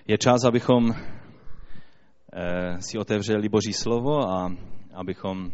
Je čas, abychom si otevřeli Boží slovo a abychom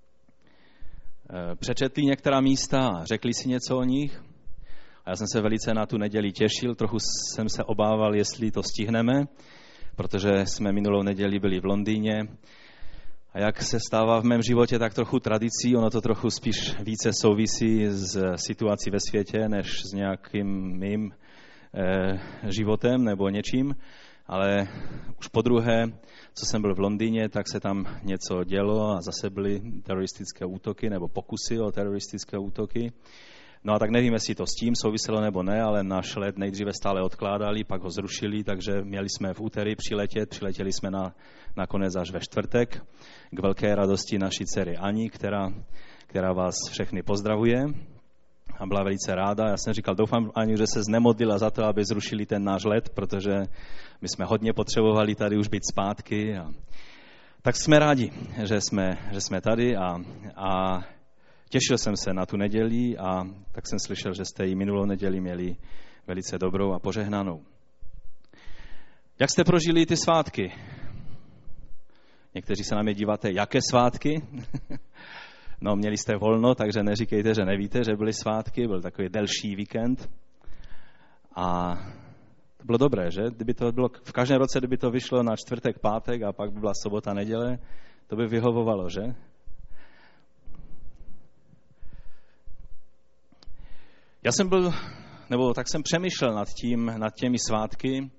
přečetli některá místa a řekli si něco o nich. A já jsem se velice na tu neděli těšil, trochu jsem se obával, jestli to stihneme, protože jsme minulou neděli byli v Londýně. A jak se stává v mém životě tak trochu tradicí, ono to trochu spíš více souvisí s situací ve světě, než s nějakým mým životem nebo něčím. Ale už po druhé, co jsem byl v Londýně, tak se tam něco dělo a zase byly teroristické útoky nebo pokusy o teroristické útoky. No a tak nevím, jestli to s tím souviselo nebo ne, ale náš let nejdříve stále odkládali, pak ho zrušili, takže měli jsme v úterý přiletěli jsme nakonec až ve čtvrtek k velké radosti naší dcery Ani, která vás všechny pozdravuje a byla velice ráda. Já jsem říkal, doufám, Ani, že se nemodlila za to, aby zrušili ten náš let, protože my jsme hodně potřebovali tady už být zpátky. Tak jsme rádi, že jsme tady a těšil jsem se na tu neděli a tak jsem slyšel, že jste ji minulou neděli měli velice dobrou a požehnanou. Jak jste prožili ty svátky? Někteří se na mě díváte, jaké svátky? No, měli jste volno, takže neříkejte, že nevíte, že byly svátky, byl takový delší víkend. A to bylo dobré, že? Kdyby to bylo v každém roce, kdyby to vyšlo na čtvrtek, pátek a pak by byla sobota, neděle, to by vyhovovalo, že? Já jsem tak jsem přemýšlel nad těmi svátky,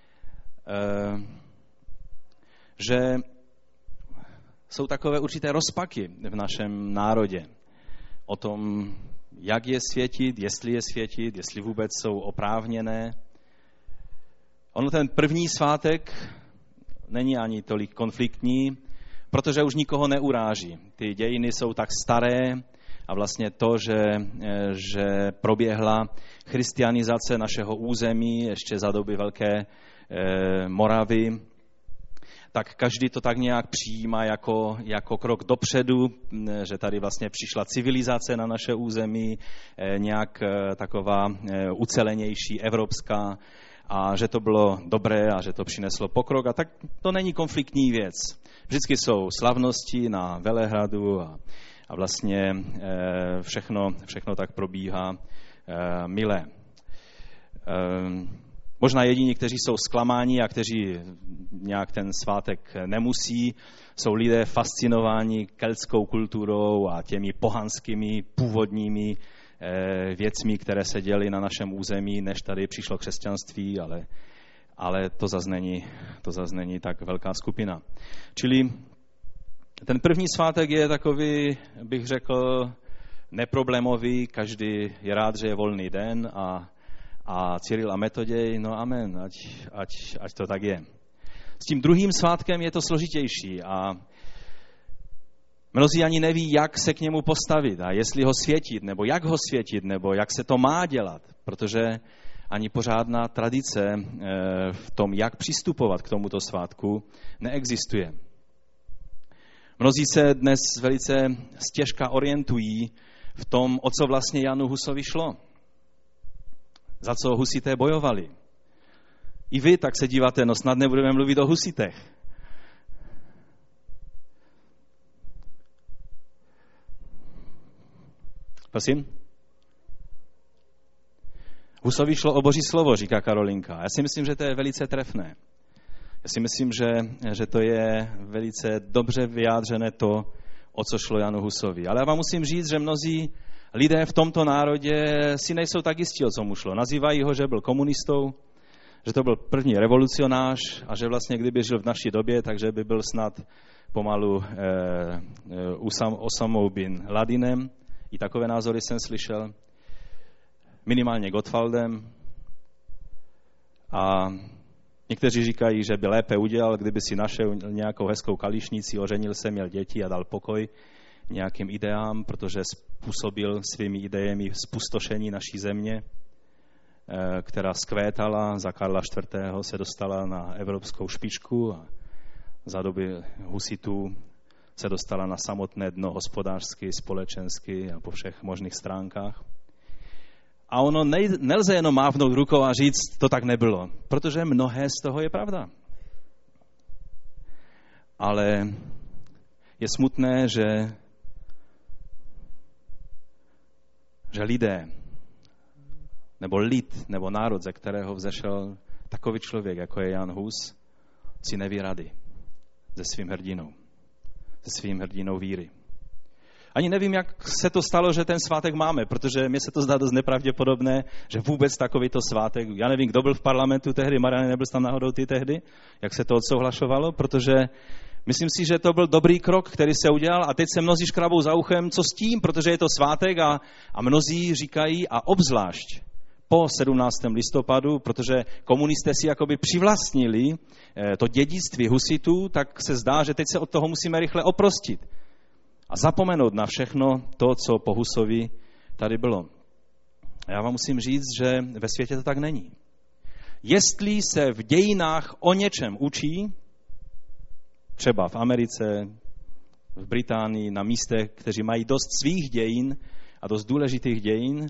že jsou takové určité rozpaky v našem národě o tom, jak je světit, jestli vůbec jsou oprávněné. Ono ten první svátek není ani tolik konfliktní, protože už nikoho neuráží. Ty dějiny jsou tak staré a vlastně to, že proběhla christianizace našeho území ještě za doby Velké Moravy, tak každý to tak nějak přijímá jako krok dopředu, že tady vlastně přišla civilizace na naše území, nějak taková ucelenější, evropská, a že to bylo dobré a že to přineslo pokrok. A tak to není konfliktní věc. Vždycky jsou slavnosti na Velehradu a vlastně všechno tak probíhá milé. Možná jediní, kteří jsou zklamáni a kteří nějak ten svátek nemusí, jsou lidé fascinováni keltskou kulturou a těmi pohanskými původními věcmi, které se děly na našem území, než tady přišlo křesťanství, ale to zas není tak velká skupina. Čili ten první svátek je takový, bych řekl, neproblémový, každý je rád, že je volný den a Cyril a Metoděj, no amen, ať to tak je. S tím druhým svátkem je to složitější a mnozí ani neví, jak se k němu postavit a jestli ho světit, nebo jak se to má dělat, protože ani pořádná tradice v tom, jak přistupovat k tomuto svátku, neexistuje. Mnozí se dnes velice stěžka orientují v tom, o co vlastně Janu Husovi šlo. Za co husité bojovali. I vy tak se díváte, no snad nebudeme mluvit o husitech. Prosím? Husovi šlo o Boží slovo, říká Karolinka. Já si myslím, že to je velice trefné. Já si myslím, že to je velice dobře vyjádřené to, o co šlo Janu Husovi. Ale já vám musím říct, že mnozí lidé v tomto národě si nejsou tak jistí, o co mu šlo. Nazývají ho, že byl komunistou, že to byl první revolucionář a že vlastně kdyby žil v naší době, takže by byl snad pomalu Osamou bin Ladinem. I takové názory jsem slyšel. Minimálně Gottwaldem. A někteří říkají, že by lépe udělal, kdyby si našel nějakou hezkou kališnici, oženil se, měl děti a dal pokoj nějakým ideám, protože způsobil svými idejemi spustošení naší země, která zkvétala, za Karla IV. Se dostala na evropskou špičku a za doby husitů se dostala na samotné dno hospodářsky, společensky a po všech možných stránkách. A ono nelze jenom mávnout rukou a říct, to tak nebylo, protože mnohé z toho je pravda. Ale je smutné, že lidé, nebo lid, nebo národ, ze kterého vzešel takový člověk, jako je Jan Hus, si neví rady se svým hrdinou víry. Ani nevím, jak se to stalo, že ten svátek máme, protože mně se to zdá dost nepravděpodobné, že vůbec takovýto svátek, já nevím, kdo byl v parlamentu tehdy, Mariane, nebyl jsi tam náhodou ty tehdy, jak se to odsouhlašovalo, protože myslím si, že to byl dobrý krok, který se udělal a teď se mnozí škrabou za uchem, co s tím, protože je to svátek a mnozí říkají, a obzvlášť po 17. listopadu, protože komunisté si jakoby přivlastnili to dědictví husitů, tak se zdá, že teď se od toho musíme rychle oprostit a zapomenout na všechno to, co po Husovi tady bylo. A já vám musím říct, že ve světě to tak není. Jestli se v dějinách o něčem učí, třeba v Americe, v Británii, na místech, kteří mají dost svých dějin a dost důležitých dějin,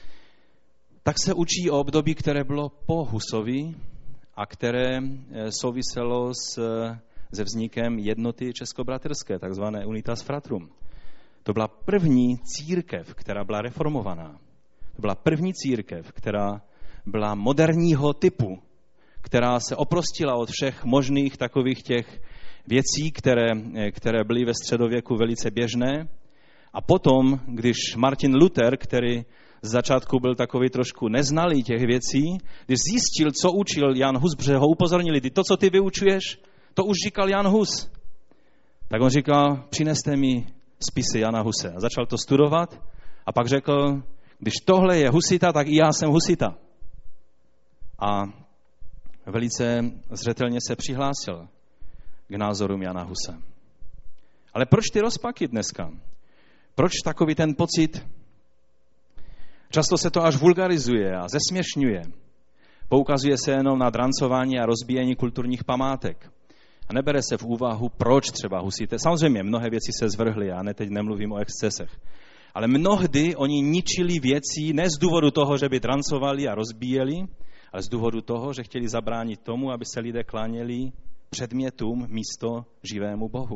tak se učí o období, které bylo po Husovi a které souviselo se vznikem jednoty českobratrské, takzvané Unitas Fratrum. To byla první církev, která byla reformovaná. To byla první církev, která byla moderního typu, která se oprostila od všech možných takových těch věcí, které byly ve středověku velice běžné. A potom, když Martin Luther, který z začátku byl takový trošku neznalý těch věcí, když zjistil, co učil Jan Hus, protože ho upozornili, to, co ty vyučuješ, to už říkal Jan Hus. Tak on říkal, přineste mi spisy Jana Huse. A začal to studovat a pak řekl, když tohle je husita, tak i já jsem husita. A velice zřetelně se přihlásil k názorům Jana Huse. Ale proč ty rozpaky dneska? Proč takový ten pocit? Často se to až vulgarizuje a zesměšňuje. Poukazuje se jenom na drancování a rozbíjení kulturních památek. A nebere se v úvahu, proč třeba husité. Samozřejmě mnohé věci se zvrhly, já teď nemluvím o excesech. Ale mnohdy oni ničili věci ne z důvodu toho, že by drancovali a rozbíjeli, ale z důvodu toho, že chtěli zabránit tomu, aby se lidé kláněli předmětům místo živému Bohu.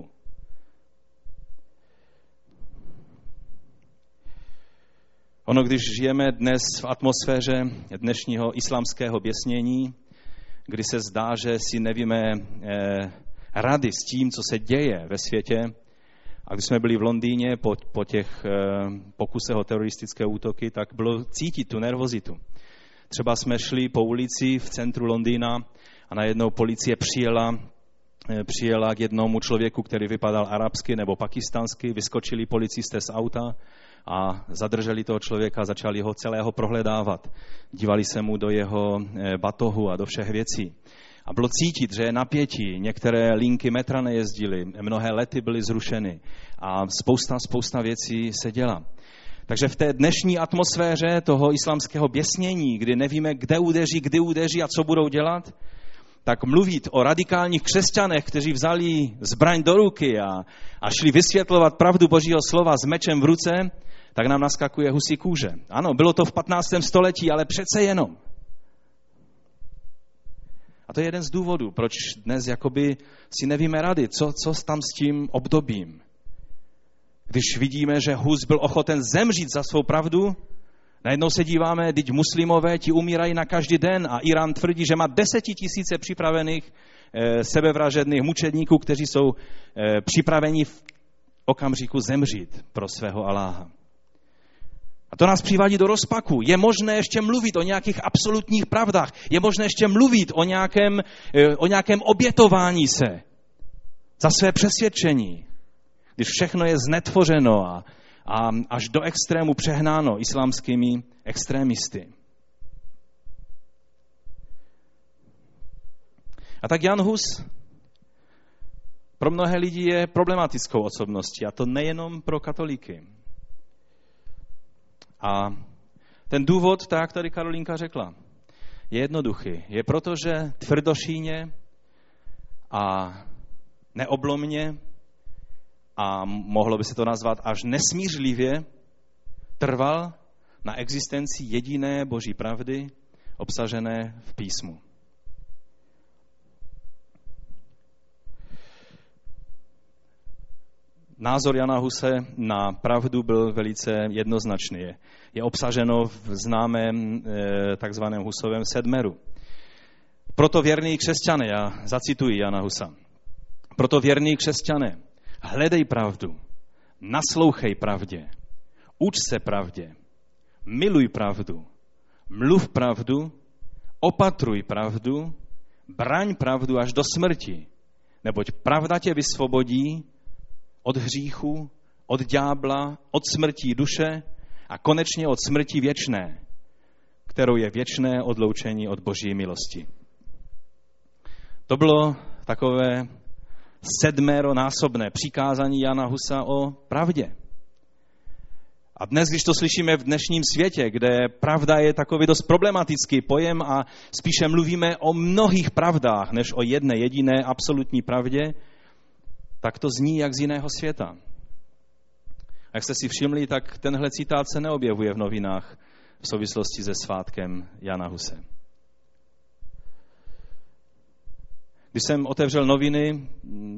Ono, když žijeme dnes v atmosféře dnešního islámského běsnění, kdy se zdá, že si nevíme rady s tím, co se děje ve světě, a když jsme byli v Londýně po těch pokusech o teroristické útoky, tak bylo cítit tu nervozitu. Třeba jsme šli po ulici v centru Londýna a najednou policie přijela k jednomu člověku, který vypadal arabsky nebo pakistánsky, vyskočili policisté z auta a zadrželi toho člověka a začali ho celého prohledávat. Dívali se mu do jeho batohu a do všech věcí. A bylo cítit, že je napětí, některé linky metra nejezdily, mnohé lety byly zrušeny a spousta věcí se děla. Takže v té dnešní atmosféře toho islámského běsnění, kdy nevíme, kde udeří, kdy udeří a co budou dělat, tak mluvit o radikálních křesťanech, kteří vzali zbraň do ruky a šli vysvětlovat pravdu Božího slova s mečem v ruce, tak nám naskakuje husí kůže. Ano, bylo to v 15. století, ale přece jenom. A to je jeden z důvodů, proč dnes jakoby si nevíme rady, co tam s tím obdobím. Když vidíme, že Hus byl ochoten zemřít za svou pravdu, najednou se díváme, teď muslimové ti umírají na každý den a Irán tvrdí, že má 10 000 připravených sebevražedných mučedníků, kteří jsou připraveni v okamžiku zemřít pro svého Aláha. A to nás přivádí do rozpaku. Je možné ještě mluvit o nějakých absolutních pravdách. Je možné ještě mluvit o nějakém obětování se za své přesvědčení, když všechno je znetvořeno a až do extrému přehnáno islámskými extrémisty. A tak Jan Hus pro mnohé lidi je problematickou osobností, a to nejenom pro katolíky. A ten důvod, tak jak tady Karolínka řekla, je jednoduchý. Je proto, že tvrdošíně a neoblomně a mohlo by se to nazvat až nesmířlivě trval na existenci jediné Boží pravdy, obsažené v písmu. Názor Jana Huse na pravdu byl velice jednoznačný. Je obsaženo v známém takzvaném Husovém sedmeru. Proto věrný křesťané, já zacituji Jana Husa, proto věrný křesťané, hledej pravdu, naslouchej pravdě, uč se pravdě, miluj pravdu, mluv pravdu, opatruj pravdu, braň pravdu až do smrti, neboť pravda tě vysvobodí od hříchu, od ďábla, od smrti duše a konečně od smrti věčné, kterou je věčné odloučení od Boží milosti. To bylo takové sedméronásobné přikázání Jana Husa o pravdě. A dnes, když to slyšíme v dnešním světě, kde pravda je takový dost problematický pojem a spíše mluvíme o mnohých pravdách, než o jedné jediné absolutní pravdě, tak to zní jak z jiného světa. A jak jste si všimli, tak tenhle citát se neobjevuje v novinách v souvislosti se svátkem Jana Huse. Když jsem otevřel noviny,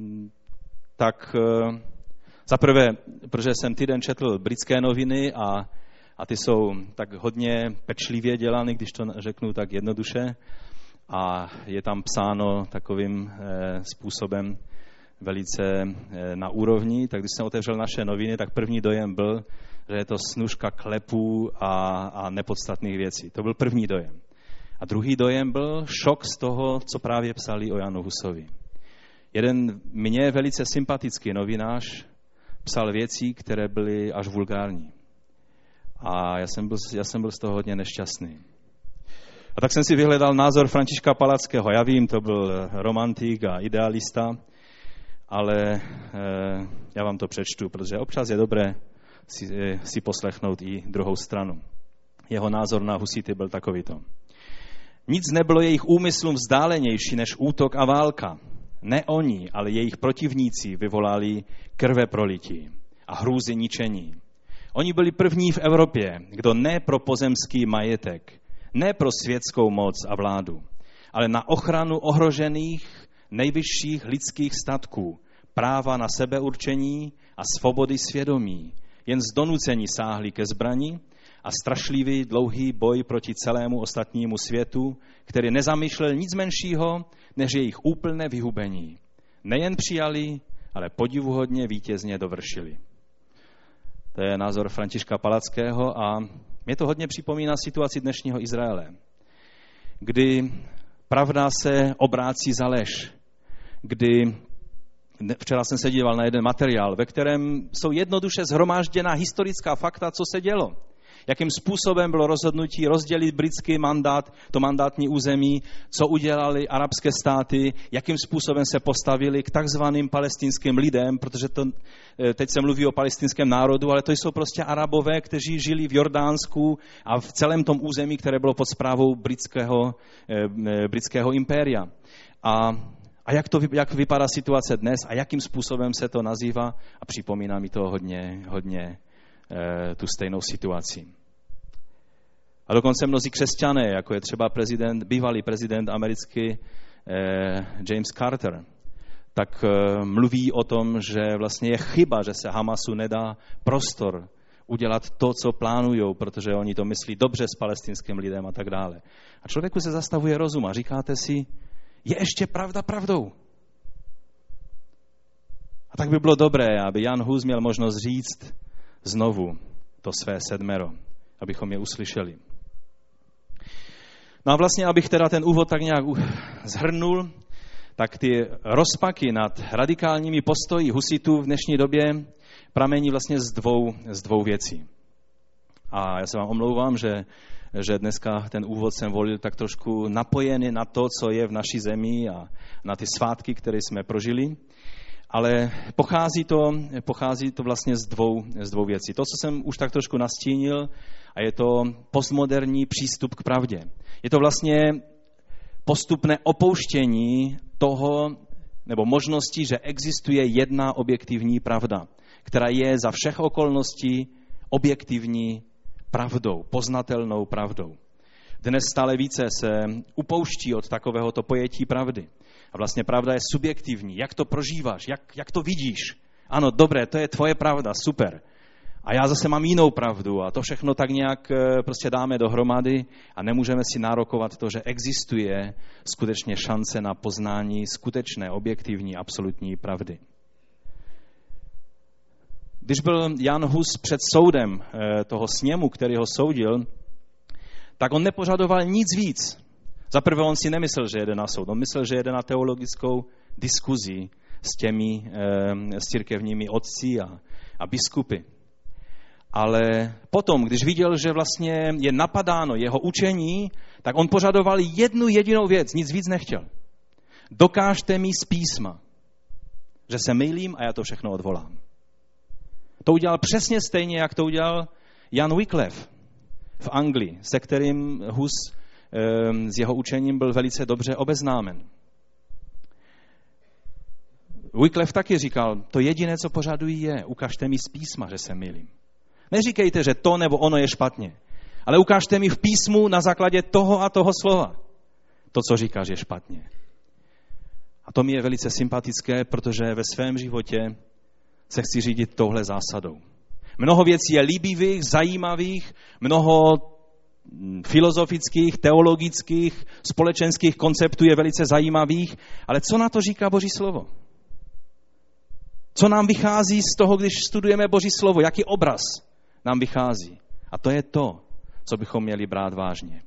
tak zaprvé, protože jsem týden četl britské noviny a ty jsou tak hodně pečlivě dělány, když to řeknu tak jednoduše, a je tam psáno takovým způsobem velice na úrovni, tak když jsem otevřel naše noviny, tak první dojem byl, že je to snůška klepů a nepodstatných věcí. To byl první dojem. A druhý dojem byl šok z toho, co právě psali o Janu Husovi. Jeden mně velice sympatický novinář psal věci, které byly až vulgární. A já jsem byl z toho hodně nešťastný. A tak jsem si vyhledal názor Františka Palackého. Já vím, to byl romantik a idealista, ale já vám to přečtu, protože občas je dobré si poslechnout i druhou stranu. Jeho názor na husity byl takovýto. Nic nebylo jejich úmyslům vzdálenější než útok a válka. Ne oni, ale jejich protivníci vyvolali krveprolití a hrůzy ničení. Oni byli první v Evropě, kdo ne pro pozemský majetek, ne pro světskou moc a vládu, ale na ochranu ohrožených nejvyšších lidských statků, práva na sebeurčení a svobody svědomí, jen z donucení sáhli ke zbrani a strašlivý dlouhý boj proti celému ostatnímu světu, který nezamýšlel nic menšího, než jejich úplné vyhubení. Nejen přijali, ale podivuhodně vítězně dovršili. To je názor Františka Palackého a mě to hodně připomíná situaci dnešního Izraele, kdy pravda se obrácí za lež, kdy včera jsem se díval na jeden materiál, ve kterém jsou jednoduše shromážděná historická fakta, co se dělo. Jakým způsobem bylo rozhodnutí rozdělit britský mandát, to mandátní území, co udělali arabské státy, jakým způsobem se postavili k takzvaným palestinským lidem, protože teď se mluví o palestinském národu, ale to jsou prostě Arabové, kteří žili v Jordánsku a v celém tom území, které bylo pod správou britského impéria. A jak vypadá situace dnes a jakým způsobem se to nazývá a připomíná mi to hodně tu stejnou situaci. A dokonce mnozí křesťané, jako je třeba bývalý prezident americký James Carter, tak mluví o tom, že vlastně je chyba, že se Hamasu nedá prostor udělat to, co plánujou, protože oni to myslí dobře s palestinským lidem a tak dále. A člověku se zastavuje rozum a říkáte si, je ještě pravda pravdou? A tak by bylo dobré, aby Jan Hus měl možnost říct znovu to své sedmero, abychom je uslyšeli. No a vlastně, abych teda ten úvod tak nějak zhrnul, tak ty rozpaky nad radikálními postoji husitů v dnešní době pramení vlastně z dvou věcí. A já se vám omlouvám, že dneska ten úvod jsem volil tak trošku napojený na to, co je v naší zemi a na ty svátky, které jsme prožili. Ale pochází to vlastně z dvou věcí. To, co jsem už tak trošku nastínil, a je to postmoderní přístup k pravdě. Je to vlastně postupné opouštění toho, nebo možnosti, že existuje jedna objektivní pravda, která je za všech okolností objektivní, pravdou, poznatelnou pravdou. Dnes stále více se upouští od takovéhoto pojetí pravdy. A vlastně pravda je subjektivní. Jak to prožíváš? Jak to vidíš? Ano, dobré, to je tvoje pravda, super. A já zase mám jinou pravdu a to všechno tak nějak prostě dáme dohromady a nemůžeme si nárokovat to, že existuje skutečně šance na poznání skutečné, objektivní, absolutní pravdy. Když byl Jan Hus před soudem toho sněmu, který ho soudil, tak on nepožadoval nic víc. Za prvé on si nemyslel, že jede na soud. On myslel, že jede na teologickou diskuzi s církevními otci a biskupy. Ale potom, když viděl, že vlastně je napadáno jeho učení, tak on požadoval jednu jedinou věc, nic víc nechtěl. Dokážte mi z písma, že se mýlím a já to všechno odvolám. To udělal přesně stejně, jak to udělal Jan Wycliffe v Anglii, se kterým Hus s jeho učením byl velice dobře obeznámen. Wycliffe taky říkal, to jediné, co požadují je, ukažte mi z písma, že se mýlím. Neříkejte, že to nebo ono je špatně, ale ukažte mi v písmu na základě toho a toho slova. To, co říkáš, je špatně. A to mi je velice sympatické, protože ve svém životě se chci řídit touhle zásadou. Mnoho věcí je líbivých, zajímavých, mnoho filozofických, teologických, společenských konceptů je velice zajímavých, ale co na to říká Boží slovo? Co nám vychází z toho, když studujeme Boží slovo? Jaký obraz nám vychází? A to je to, co bychom měli brát vážně.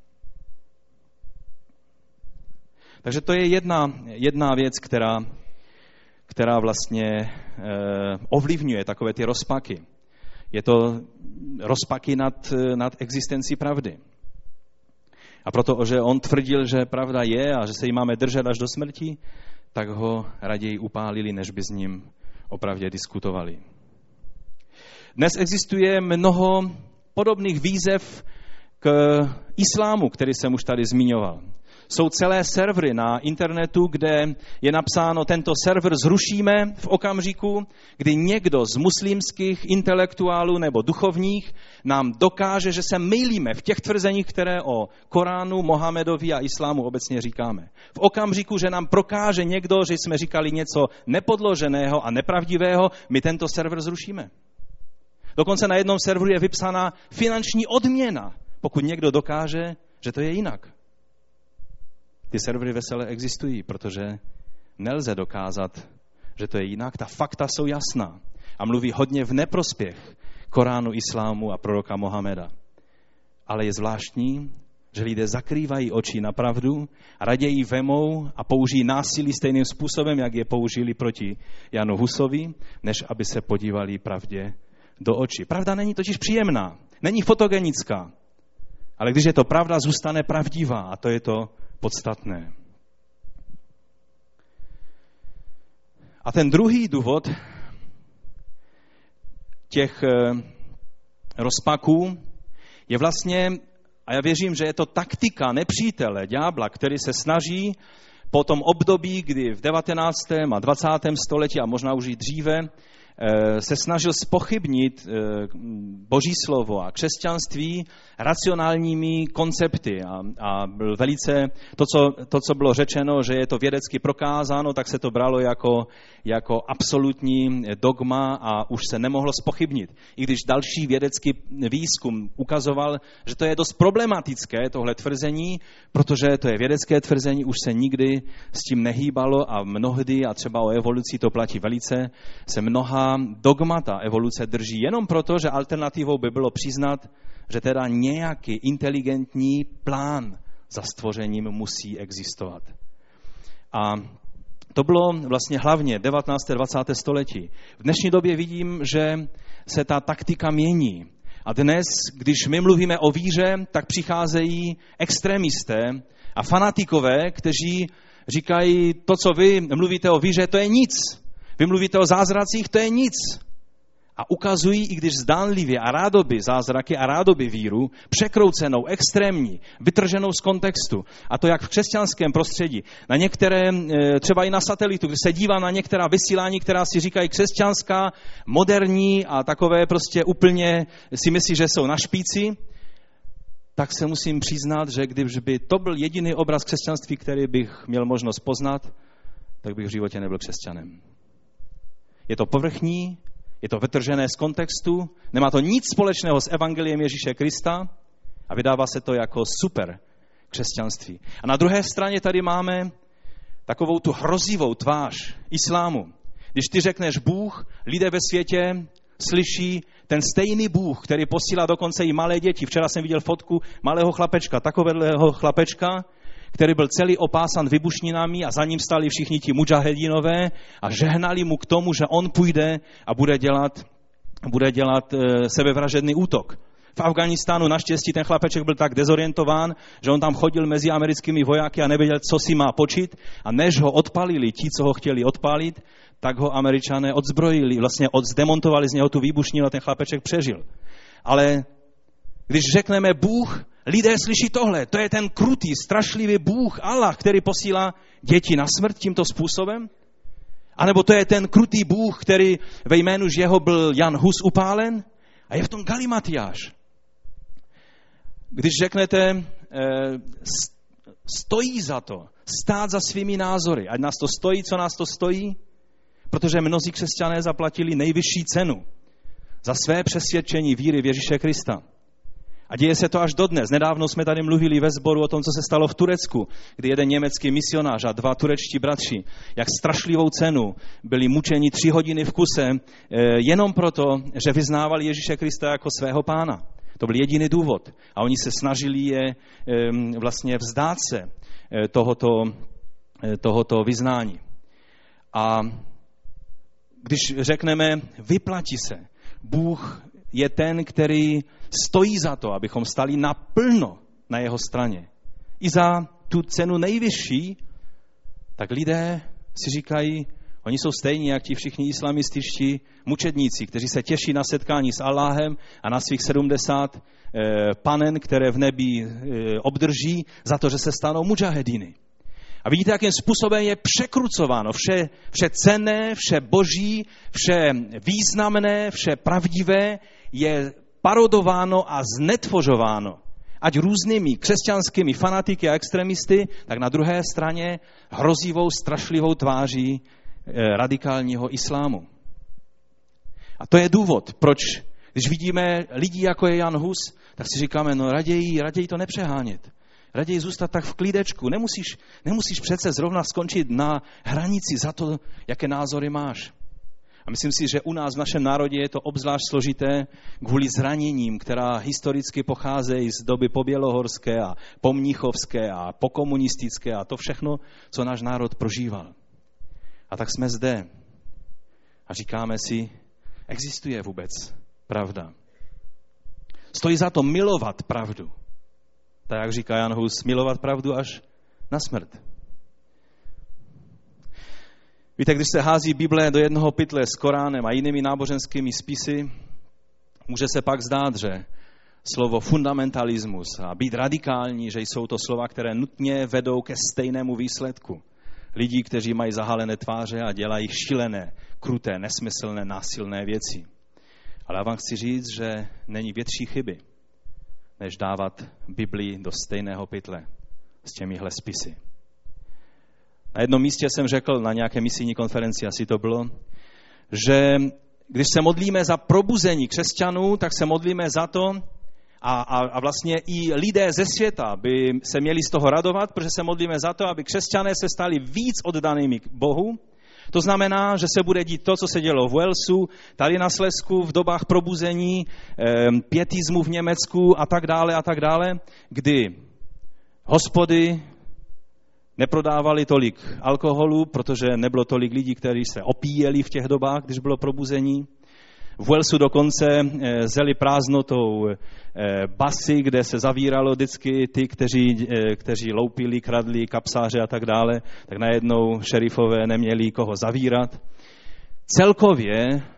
Takže to je jedna věc, která vlastně ovlivňuje takové ty rozpaky. Je to rozpaky nad existencí pravdy. A protože on tvrdil, že pravda je a že se jí máme držet až do smrti, tak ho raději upálili, než by s ním opravdu diskutovali. Dnes existuje mnoho podobných výzev k islámu, který jsem už tady zmiňoval. Jsou celé servery na internetu, kde je napsáno, tento server zrušíme v okamžiku, kdy někdo z muslimských intelektuálů nebo duchovních nám dokáže, že se mýlíme v těch tvrzeních, které o Koránu, Mohamedovi a islámu obecně říkáme. V okamžiku, že nám prokáže někdo, že jsme říkali něco nepodloženého a nepravdivého, my tento server zrušíme. Dokonce na jednom serveru je vypsána finanční odměna, pokud někdo dokáže, že to je jinak. Ty servery vesele existují, protože nelze dokázat, že to je jinak. Ta fakta jsou jasná a mluví hodně v neprospěch Koránu, islámu a proroka Mohameda. Ale je zvláštní, že lidé zakrývají oči na pravdu a raději vemou a použijí násilí stejným způsobem, jak je použili proti Janu Husovi, než aby se podívali pravdě do očí. Pravda není totiž příjemná, není fotogenická, ale když je to pravda, zůstane pravdivá a to je to podstatné. A ten druhý důvod těch rozpaků je vlastně, a já věřím, že je to taktika nepřítele, ďábla, který se snaží po tom období, kdy v 19. a 20. století a možná už i dříve se snažil zpochybnit Boží slovo a křesťanství racionálními koncepty a byl velice, to, co bylo řečeno, že je to vědecky prokázáno, tak se to bralo jako absolutní dogma a už se nemohlo zpochybnit. I když další vědecký výzkum ukazoval, že to je dost problematické, tohle tvrzení, protože to je vědecké tvrzení, už se nikdy s tím nehýbalo a mnohdy, a třeba o evoluci to platí velice, se mnoha dogmata evoluce drží jenom proto, že alternativou by bylo přiznat, že teda nějaký inteligentní plán za stvořením musí existovat. A to bylo vlastně hlavně 19. 20. století. V dnešní době vidím, že se ta taktika mění. A dnes, když my mluvíme o víře, tak přicházejí extremisté a fanatikové, kteří říkají, to, co vy mluvíte o víře, to je nic. Vy mluvíte o zázracích, to je nic. a ukazují, i když zdánlivě a rádoby zázraky a rádoby víru, překroucenou, extrémní, vytrženou z kontextu. A to jak v křesťanském prostředí. Na některé, třeba i na satelitu, když se dívám na některá vysílání, která si říkají křesťanská, moderní a takové prostě úplně si myslí, že jsou na špici, tak se musím přiznat, že když by to byl jediný obraz křesťanství, který bych měl možnost poznat, tak bych v životě nebyl křesťanem. Je to povrchní, je to vytržené z kontextu, nemá to nic společného s evangeliem Ježíše Krista a vydává se to jako super křesťanství. A na druhé straně tady máme takovou tu hrozivou tvář islámu. Když ty řekneš Bůh, lidé ve světě slyší ten stejný Bůh, který posílá dokonce i malé děti. Včera jsem viděl fotku malého chlapečka, takového chlapečka, který byl celý opásan vybušninami a za ním stáli všichni ti mudžahedinové a žehnali mu k tomu, že on půjde a bude dělat sebevražedný útok. V Afghánistánu naštěstí ten chlapeček byl tak dezorientován, že on tam chodil mezi americkými vojáky a nevěděl, co si má počít. A než ho odpalili ti, co ho chtěli odpalit, tak ho Američané odzbrojili, vlastně zdemontovali z něho tu výbušninu a ten chlapeček přežil. Ale když řekneme Bůh, lidé slyší tohle. To je ten krutý, strašlivý Bůh, Allah, který posílá děti na smrt tímto způsobem? A nebo to je ten krutý Bůh, který ve jménu jeho byl Jan Hus upálen? A je v tom Galimatiáš. Když řeknete, stojí za to stát za svými názory, ať nás to stojí, co nás to stojí, protože mnozí křesťané zaplatili nejvyšší cenu za své přesvědčení víry v Ježíše Krista. A děje se to až dodnes. Nedávno jsme tady mluvili ve sboru o tom, co se stalo v Turecku, kdy jeden německý misionář a 2 turečtí bratři, jak strašlivou cenu byli mučeni 3 hodiny v kuse, jenom proto, že vyznávali Ježíše Krista jako svého pána. To byl jediný důvod. A oni se snažili je vlastně vzdát se tohoto vyznání. A když řekneme, vyplatí se, Bůh je ten, který stojí za to, abychom stali naplno na jeho straně. I za tu cenu nejvyšší, tak lidé si říkají, oni jsou stejní, jak ti všichni islamističtí mučedníci, kteří se těší na setkání s Allahem a na svých 70 panen, které v nebi obdrží za to, že se stanou mudžahediny. A vidíte, jakým způsobem je překrucováno vše cenné, vše boží, vše významné, vše pravdivé je parodováno a znetvořováno. Ať různými křesťanskými fanatiky a extremisty, tak na druhé straně hrozivou, strašlivou tváří radikálního islámu. A to je důvod, proč, když vidíme lidi, jako je Jan Hus, tak si říkáme, no raději to nepřehánět. Raději zůstat tak v klídečku. Nemusíš přece zrovna skončit na hranici za to, jaké názory máš. A myslím si, že u nás v našem národě je to obzvlášť složité kvůli zraněním, která historicky pocházejí z doby pobělohorské a pomníchovské a pokomunistické a to všechno, co náš národ prožíval. A tak jsme zde a říkáme si, existuje vůbec pravda. Stojí za to milovat pravdu. Tak jak říká Jan Hus, milovat pravdu až na smrt. Víte, když se hází Bible do jednoho pytle s Koránem a jinými náboženskými spisy, může se pak zdát, že slovo fundamentalismus a být radikální, že jsou to slova, které nutně vedou ke stejnému výsledku. Lidí, kteří mají zahalené tváře a dělají šílené, kruté, nesmyslné, násilné věci. Ale já vám chci říct, že není větší chyby, než dávat Biblii do stejného pytle s těmihle spisy. Na jednom místě jsem řekl na nějaké misijní konferenci, asi to bylo, že když se modlíme za probuzení křesťanů, tak se modlíme za to, a vlastně i lidé ze světa by se měli z toho radovat, protože se modlíme za to, aby křesťané se stali víc oddanými k Bohu. To znamená, že se bude dít to, co se dělo v Walesu, tady na Slezsku, v dobách probuzení, pietismu v Německu a tak dále, kdy hospody neprodávali tolik alkoholu, protože nebylo tolik lidí, kteří se opíjeli v těch dobách, když bylo probuzení. V Walesu dokonce zeli prázdnotou basy, kde se zavíralo vždycky ty, kteří loupili, kradli, kapsáře a tak dále, tak najednou šerifové neměli koho zavírat. Celkově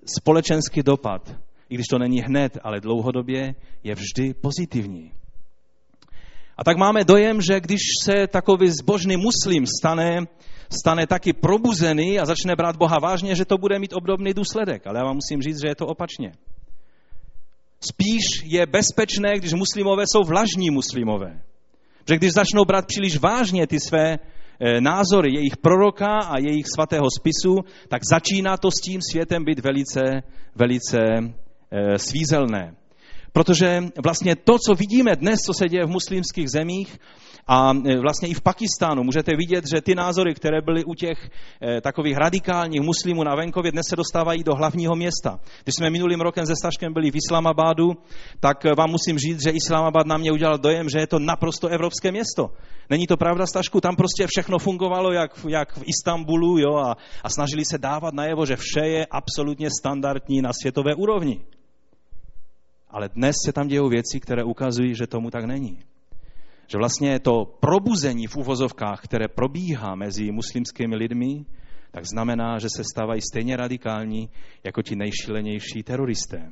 společenský dopad, i když to není hned, ale dlouhodobě, je vždy pozitivní. A tak máme dojem, že když se takový zbožný muslim stane taky probuzený a začne brát Boha vážně, že to bude mít obdobný důsledek. Ale já vám musím říct, že je to opačně. Spíš je bezpečné, když muslimové jsou vlažní muslimové. Že když začnou brát příliš vážně ty své názory jejich proroka a jejich svatého spisu, tak začíná to s tím světem být velice svízelné. Protože vlastně to, co vidíme dnes, co se děje v muslimských zemích a vlastně i v Pakistánu, můžete vidět, že ty názory, které byly u těch takových radikálních muslimů na venkově, dnes se dostávají do hlavního města. Když jsme minulým rokem se Staškem byli v Islamabadu, tak vám musím říct, že Islamabad na mě udělal dojem, že je to naprosto evropské město. Není to pravda, Stašku? Tam prostě všechno fungovalo jak v Istanbulu, jo, a snažili se dávat najevo, že vše je absolutně standardní na světové úrovni. Ale dnes se tam dějou věci, které ukazují, že tomu tak není. Že vlastně to probuzení v uvozovkách, které probíhá mezi muslimskými lidmi, tak znamená, že se stávají stejně radikální jako ti nejšílenější teroristé.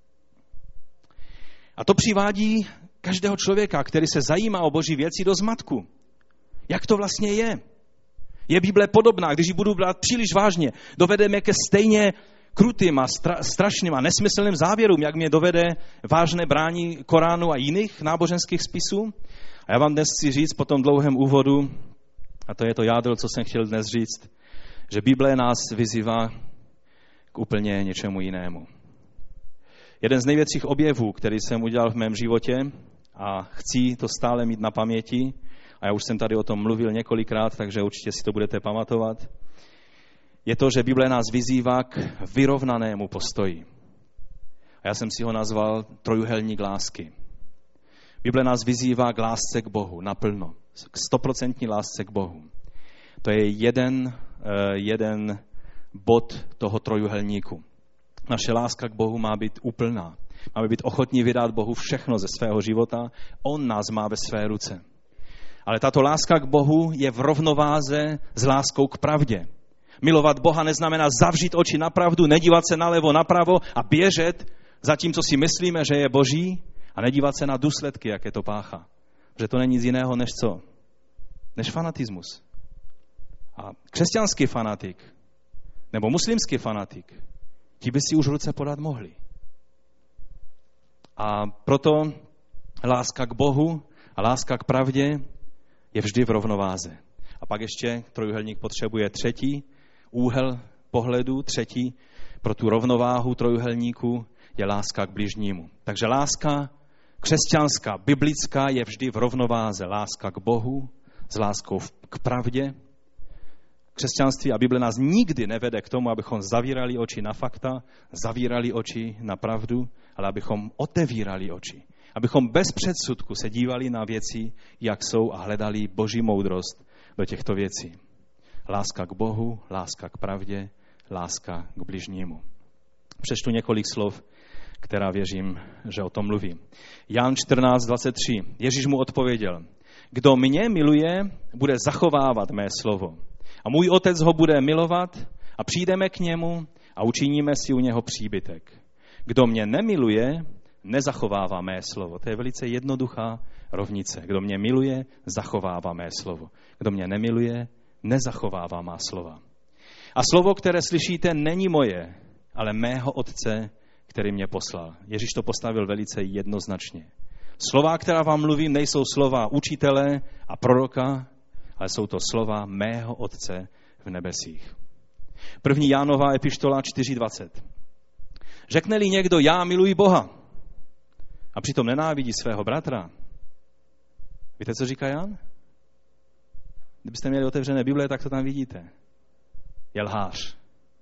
A to přivádí každého člověka, který se zajímá o boží věci, do zmatku. Jak to vlastně je? Je Bible podobná, když ji budu brát příliš vážně, dovedeme ke stejně krutým a strašným a nesmyslným závěrům, jak mě dovede vážné brání Koránu a jiných náboženských spisů. A já vám dnes chci říct po tom dlouhém úvodu, a to je to jádro, co jsem chtěl dnes říct, že Bible nás vyzývá k úplně něčemu jinému. Jeden z největších objevů, který jsem udělal v mém životě a chci to stále mít na paměti, a já už jsem tady o tom mluvil několikrát, takže určitě si to budete pamatovat, je to, že Bible nás vyzývá k vyrovnanému postoji. A já jsem si ho nazval trojuhelník lásky. Bible nás vyzývá k lásce k Bohu naplno, k 100% lásce k Bohu. To je jeden bod toho trojuhelníku. Naše láska k Bohu má být úplná. Máme být ochotní vydat Bohu všechno ze svého života. On nás má ve své ruce. Ale tato láska k Bohu je v rovnováze s láskou k pravdě. Milovat Boha neznamená zavřít oči na pravdu, nedívat se nalevo, napravo a běžet za tím, co si myslíme, že je boží, a nedívat se na důsledky, jaké to páchá. Že to není nic jiného než co? Než fanatismus. A křesťanský fanatik nebo muslimský fanatik, ti by si už ruce podat mohli. A proto láska k Bohu a láska k pravdě je vždy v rovnováze. A pak ještě trojuhelník potřebuje třetí úhel pohledu, třetí pro tu rovnováhu trojuhelníku je láska k bližnímu. Takže láska křesťanská, biblická je vždy v rovnováze. Láska k Bohu s láskou k pravdě. Křesťanství a Bible nás nikdy nevede k tomu, abychom zavírali oči na fakta, zavírali oči na pravdu, ale abychom otevírali oči. Abychom bez předsudku se dívali na věci, jak jsou, a hledali boží moudrost do těchto věcí. Láska k Bohu, láska k pravdě, láska k bližnímu. Přečtu několik slov, která věřím, že o tom mluví. Jan 14:23. Ježíš mu odpověděl: Kdo mě miluje, bude zachovávat mé slovo. A můj otec ho bude milovat a přijdeme k němu a učiníme si u něho příbytek. Kdo mě nemiluje, nezachovává mé slovo. To je velice jednoduchá rovnice. Kdo mě miluje, zachovává mé slovo. Kdo mě nemiluje, nezachovává má slova. A slovo, které slyšíte, není moje, ale mého Otce, který mě poslal. Ježíš to postavil velice jednoznačně. Slova, která vám mluvím, nejsou slova učitele a proroka, ale jsou to slova mého Otce v nebesích. 1. Jánova epištola 4:20. Řekne-li někdo, já miluji Boha, a přitom nenávidí svého bratra. Víte, co říká Jan? Kdybyste měli otevřené Bible, tak to tam vidíte. Je lhář.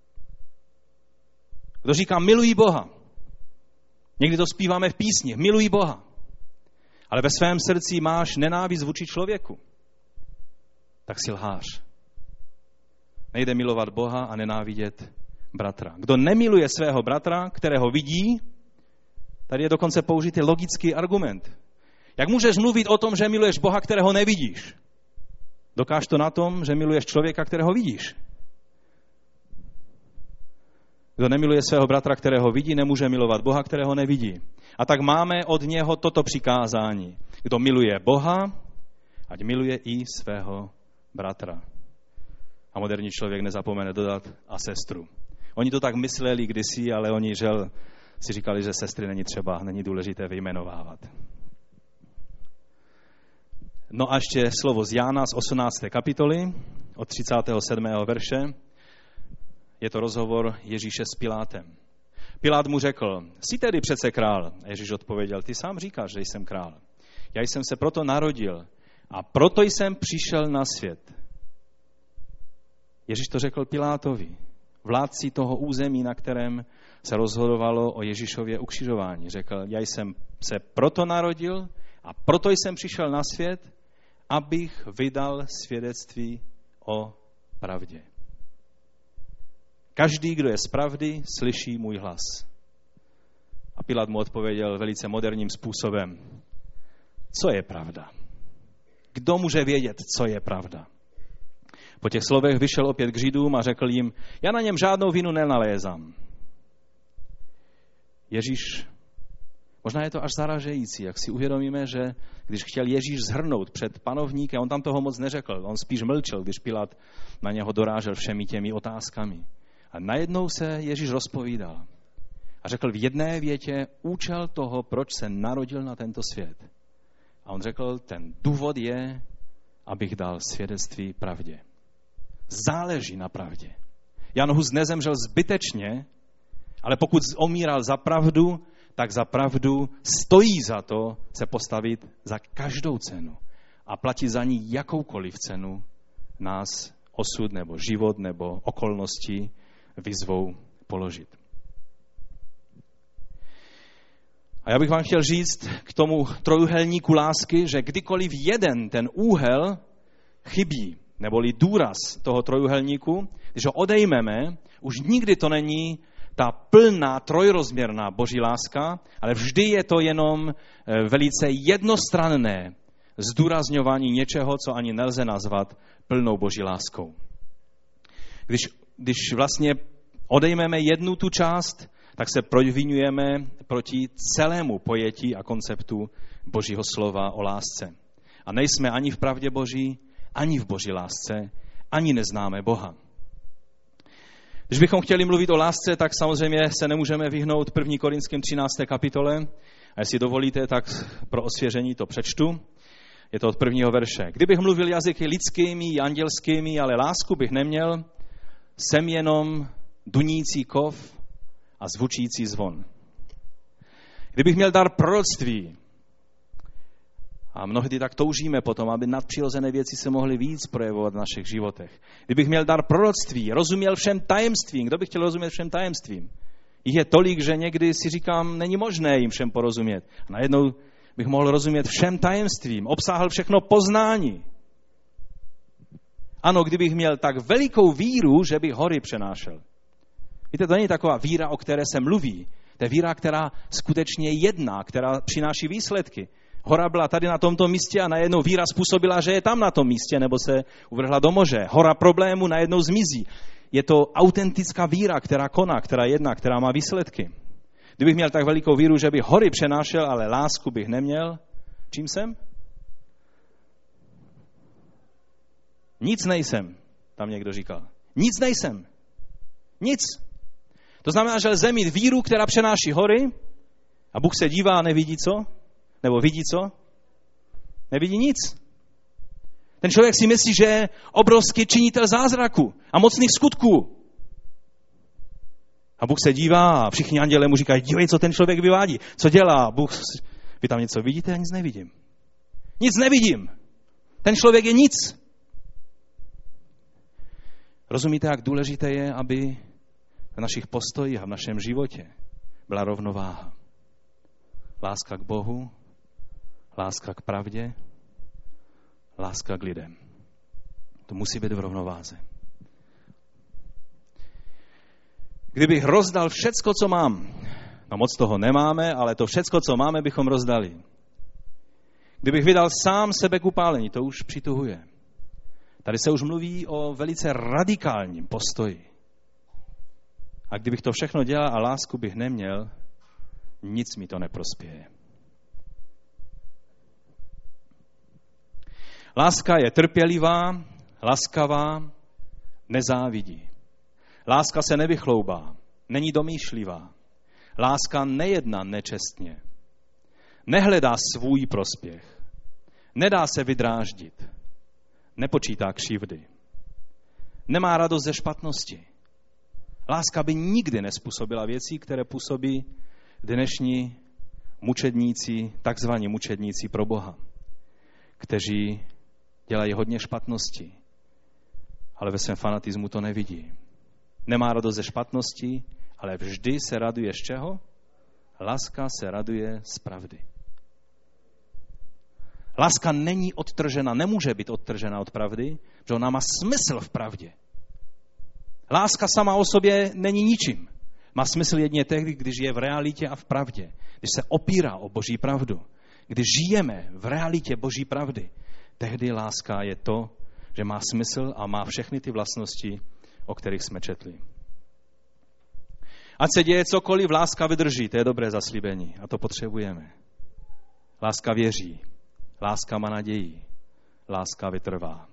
Kdo říká, miluji Boha. Někdy to zpíváme v písni, miluji Boha. Ale ve svém srdci máš nenávist vůči člověku. Tak si lhář. Nejde milovat Boha a nenávidět bratra. Kdo nemiluje svého bratra, kterého vidí, tady je dokonce použitý logický argument. Jak můžeš mluvit o tom, že miluješ Boha, kterého nevidíš? Dokáž to na tom, že miluješ člověka, kterého vidíš. Kdo nemiluje svého bratra, kterého vidí, nemůže milovat Boha, kterého nevidí. A tak máme od něho toto přikázání. Kdo miluje Boha, ať miluje i svého bratra. A moderní člověk nezapomene dodat a sestru. Oni to tak mysleli kdysi, ale oni si říkali, že sestry není důležité vyjmenovávat. No a ještě slovo z Jána z 18. kapitoly od 37. verše. Je to rozhovor Ježíše s Pilátem. Pilát mu řekl, jsi tedy přece král. A Ježíš odpověděl, ty sám říkáš, že jsem král. Já jsem se proto narodil a proto jsem přišel na svět. Ježíš to řekl Pilátovi, vládci toho území, na kterém se rozhodovalo o Ježíšově ukřižování. Řekl, já jsem se proto narodil a proto jsem přišel na svět, abych vydal svědectví o pravdě. Každý, kdo je z pravdy, slyší můj hlas. A Pilát mu odpověděl velice moderním způsobem. Co je pravda? Kdo může vědět, co je pravda? Po těch slovech vyšel opět k Židům a řekl jim, já na něm žádnou vinu nenalézám. Ježíš, možná je to až zaražející, jak si uvědomíme, že když chtěl Ježíš zhrnout před panovníkem, on tam toho moc neřekl, on spíš mlčel, když Pilát na něho dorážel všemi těmi otázkami. A najednou se Ježíš rozpovídal a řekl v jedné větě účel toho, proč se narodil na tento svět. A on řekl, ten důvod je, abych dal svědectví pravdě. Záleží na pravdě. Jan Hus nezemřel zbytečně, ale pokud omíral za pravdu, tak za pravdu stojí za to se postavit za každou cenu a platit za ní jakoukoliv cenu nás osud nebo život nebo okolnosti vyzvou položit. A já bych vám chtěl říct k tomu trojúhelníku lásky, že kdykoliv jeden ten úhel chybí, neboli důraz toho trojúhelníku, když ho odejmeme, už nikdy to není ta plná trojrozměrná boží láska, ale vždy je to jenom velice jednostranné zdůrazňování něčeho, co ani nelze nazvat plnou boží láskou. Když vlastně odejmeme jednu tu část, tak se provinujeme proti celému pojetí a konceptu božího slova o lásce. A nejsme ani v pravdě boží, ani v boží lásce, ani neznáme Boha. Když bychom chtěli mluvit o lásce, tak samozřejmě se nemůžeme vyhnout 1. Korinským 13. kapitole. A jestli dovolíte, tak pro osvěžení to přečtu. Je to od 1. verše. Kdybych mluvil jazyky lidskými i andělskými, ale lásku bych neměl, jsem jenom dunící kov a zvučící zvon. Kdybych měl dar proroctví, a mnohdy tak toužíme potom, aby nadpřirozené věci se mohly víc projevovat v našich životech. Kdybych měl dar proroctví, rozuměl všem tajemstvím. Kdo by chtěl rozumět všem tajemstvím? Jich je tolik, že někdy si říkám, není možné jim všem porozumět. A najednou bych mohl rozumět všem tajemstvím, obsáhl všechno poznání. Ano, kdybych měl tak velikou víru, že bych hory přenášel. Víte, to není taková víra, o které se mluví. To je víra, která skutečně jedná, která přináší výsledky. Hora byla tady na tomto místě a najednou víra způsobila, že je tam na tom místě, nebo se uvrhla do moře. Hora problému najednou zmizí. Je to autentická víra, která koná, která jedná, která má výsledky. Kdybych měl tak velikou víru, že bych hory přenášel, ale lásku bych neměl, čím jsem? Nic nejsem, tam někdo říkal. Nic nejsem. Nic. To znamená, že lze mít víru, která přenáší hory a Bůh se dívá a nevidí co? Nebo vidí co? Nevidí nic. Ten člověk si myslí, že je obrovský činitel zázraku a mocných skutků. A Bůh se dívá a všichni anděle mu říkají, dívej, co ten člověk vyvádí, co dělá. Bůh, vy tam něco vidíte? Já nic nevidím. Nic nevidím. Ten člověk je nic. Rozumíte, jak důležité je, aby v našich postojích a v našem životě byla rovnováha. Láska k Bohu, láska k pravdě, láska k lidem. To musí být v rovnováze. Kdybych rozdal všecko, co mám, no moc toho nemáme, ale to všecko, co máme, bychom rozdali. Kdybych vydal sám sebe k upálení, to už přituhuje. Tady se už mluví o velice radikálním postoji. A kdybych to všechno dělal a lásku bych neměl, nic mi to neprospěje. Láska je trpělivá, laskavá, nezávidí. Láska se nevychloubá, není domýšlivá. Láska nejedná nečestně. Nehledá svůj prospěch. Nedá se vydráždit. Nepočítá křivdy. Nemá radost ze špatnosti. Láska by nikdy nezpůsobila věcí, které působí dnešní mučedníci, takzvaní mučedníci pro Boha, kteří dělají hodně špatností, ale ve svém fanatismu to nevidí. Nemá radost ze špatností, ale vždy se raduje z čeho? Láska se raduje z pravdy. Láska není odtržena, nemůže být odtržena od pravdy, protože ona má smysl v pravdě. Láska sama o sobě není ničím. Má smysl jedině tehdy, když je v realitě a v pravdě. Když se opírá o Boží pravdu. Když žijeme v realitě Boží pravdy, tehdy láska je to, že má smysl a má všechny ty vlastnosti, o kterých jsme četli. Ať se děje cokoliv, láska vydrží, to je dobré zaslíbení a to potřebujeme. Láska věří, láska má naději, láska vytrvá.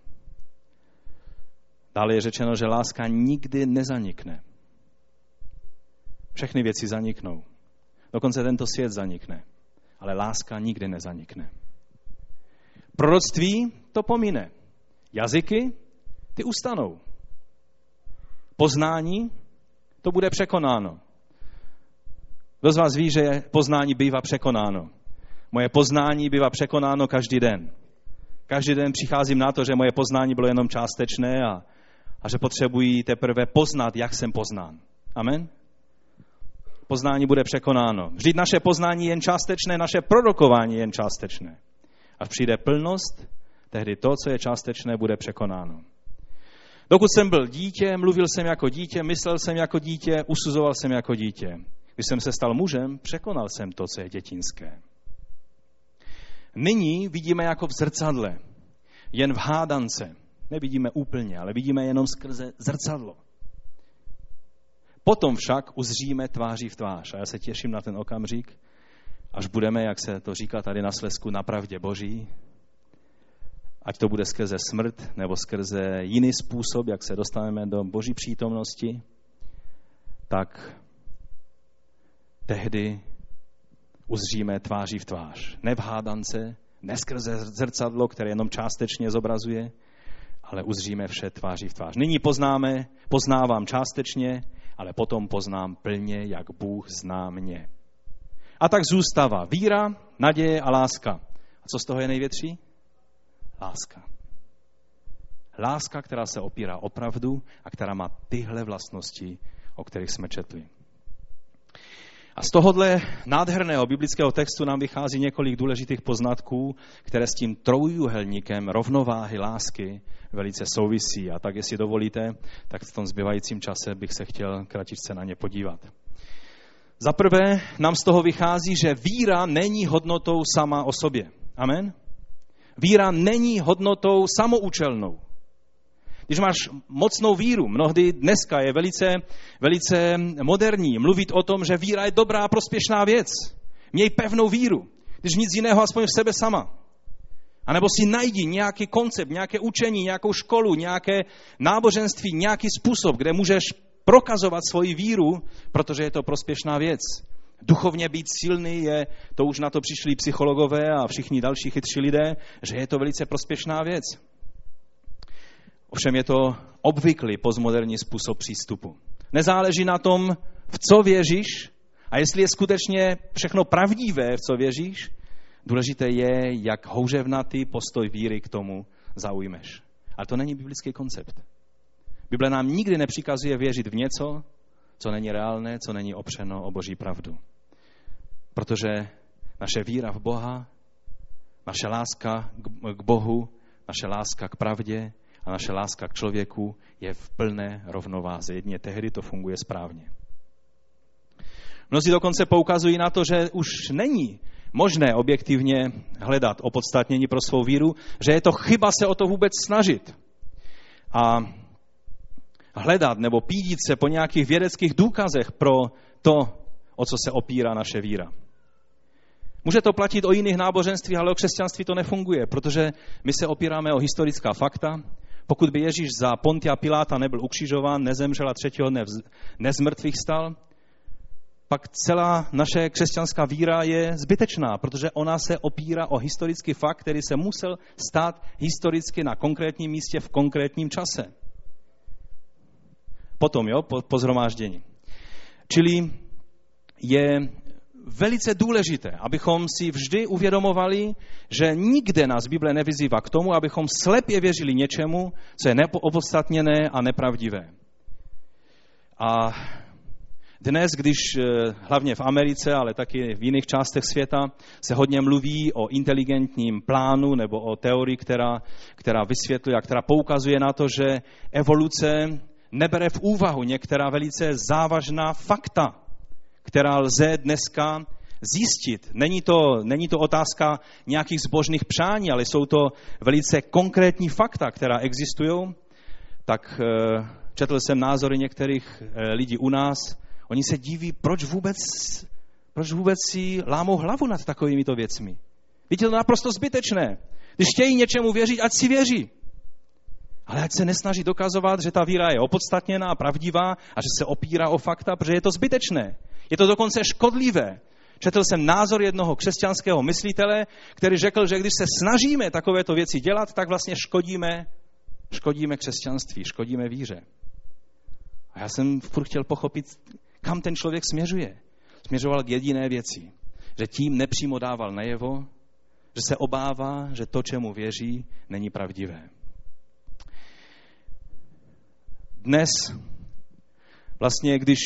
Dále je řečeno, že láska nikdy nezanikne. Všechny věci zaniknou. Dokonce tento svět zanikne. Ale láska nikdy nezanikne. Proroctví to pomine. Jazyky, ty ustanou. Poznání, to bude překonáno. Kdo z vás ví, že poznání bývá překonáno? Moje poznání bývá překonáno každý den. Každý den přicházím na to, že moje poznání bylo jenom částečné a že potřebuji teprve poznat, jak jsem poznán. Amen? Poznání bude překonáno. Vždyť naše poznání je jen částečné, naše prorokování je jen částečné. Až přijde plnost, tehdy to, co je částečné, bude překonáno. Dokud jsem byl dítě, mluvil jsem jako dítě, myslel jsem jako dítě, usuzoval jsem jako dítě. Když jsem se stal mužem, překonal jsem to, co je dětinské. Nyní vidíme jako v zrcadle, jen v hádance. Nevidíme úplně, ale vidíme jenom skrze zrcadlo. Potom však uzříme tváří v tvář. A já se těším na ten okamžik, až budeme, jak se to říká tady na Slezsku, na pravdě Boží. Ať to bude skrze smrt, nebo skrze jiný způsob, jak se dostaneme do Boží přítomnosti, tak tehdy uzříme tváří v tvář. Ne v hádance, ne skrze zrcadlo, které jenom částečně zobrazuje, ale uzříme vše tváří v tvář. Nyní poznávám částečně, ale potom poznám plně, jak Bůh zná mě. A tak zůstává víra, naděje a láska. A co z toho je největší? Láska. Láska, která se opírá o pravdu a která má tyhle vlastnosti, o kterých jsme četli. A z tohohle nádherného biblického textu nám vychází několik důležitých poznatků, které s tím trojúhelníkem rovnováhy lásky velice souvisí. A tak, jestli dovolíte, tak v tom zbývajícím čase bych se chtěl kratičce na ně podívat. Za prvé nám z toho vychází, že víra není hodnotou sama o sobě. Amen? Víra není hodnotou samoučelnou. Když máš mocnou víru, mnohdy dneska je velice moderní mluvit o tom, že víra je dobrá a prospěšná věc. Měj pevnou víru, když nic jiného, aspoň v sebe sama. A nebo si najdi nějaký koncept, nějaké učení, nějakou školu, nějaké náboženství, nějaký způsob, kde můžeš prokazovat svoji víru, protože je to prospěšná věc. Duchovně být silný to už na to přišli psychologové a všichni další chytří lidé, že je to velice prospěšná věc. Ovšem je to obvyklý postmoderní způsob přístupu. Nezáleží na tom, v co věříš a jestli je skutečně všechno pravdivé, v co věříš, důležité je, jak houževnatý postoj víry k tomu zaujmeš. Ale to není biblický koncept. Bible nám nikdy nepřikazuje věřit v něco, co není reálné, co není opřeno o Boží pravdu. Protože naše víra v Boha, naše láska k Bohu, naše láska k pravdě a naše láska k člověku je v plné rovnováze. Jedině tehdy to funguje správně. Mnozí dokonce poukazují na to, že už není možné objektivně hledat opodstatnění pro svou víru, že je to chyba se o to vůbec snažit. A hledat nebo pídit se po nějakých vědeckých důkazech pro to, o co se opírá naše víra. Může to platit o jiných náboženstvích, ale o křesťanství to nefunguje, protože my se opíráme o historická fakta. Pokud by Ježíš za Pontia Piláta nebyl ukřižován, nezemřel a 3. dne nezmrtvých stal, pak celá naše křesťanská víra je zbytečná, protože ona se opírá o historický fakt, který se musel stát historicky na konkrétním místě v konkrétním čase. Potom, po shromáždění. Čili je velice důležité, abychom si vždy uvědomovali, že nikde nás Bible nevyzývá k tomu, abychom slepě věřili něčemu, co je neopodstatněné a nepravdivé. A dnes, když hlavně v Americe, ale taky v jiných částech světa se hodně mluví o inteligentním plánu nebo o teorii, která vysvětluje a která poukazuje na to, že evoluce nebere v úvahu některá velice závažná fakta, která lze dneska zjistit. Není to otázka nějakých zbožných přání, ale jsou to velice konkrétní fakta, která existují. Tak četl jsem názory některých lidí u nás. Oni se diví, proč vůbec si lámou hlavu nad takovýmito věcmi. Víte, to naprosto zbytečné. Když chtějí něčemu věřit, ať si věří. Ale ať se nesnaží dokazovat, že ta víra je opodstatněná a pravdivá a že se opírá o fakta, protože je to zbytečné. Je to dokonce škodlivé. Četl jsem názor jednoho křesťanského myslitele, který řekl, že když se snažíme takovéto věci dělat, tak vlastně škodíme křesťanství, škodíme víře. A já jsem furt chtěl pochopit, kam ten člověk směřuje. Směřoval k jediné věci, že tím nepřímo dával najevo, že se obává, že to, čemu věří, není pravdivé. Dnes vlastně, když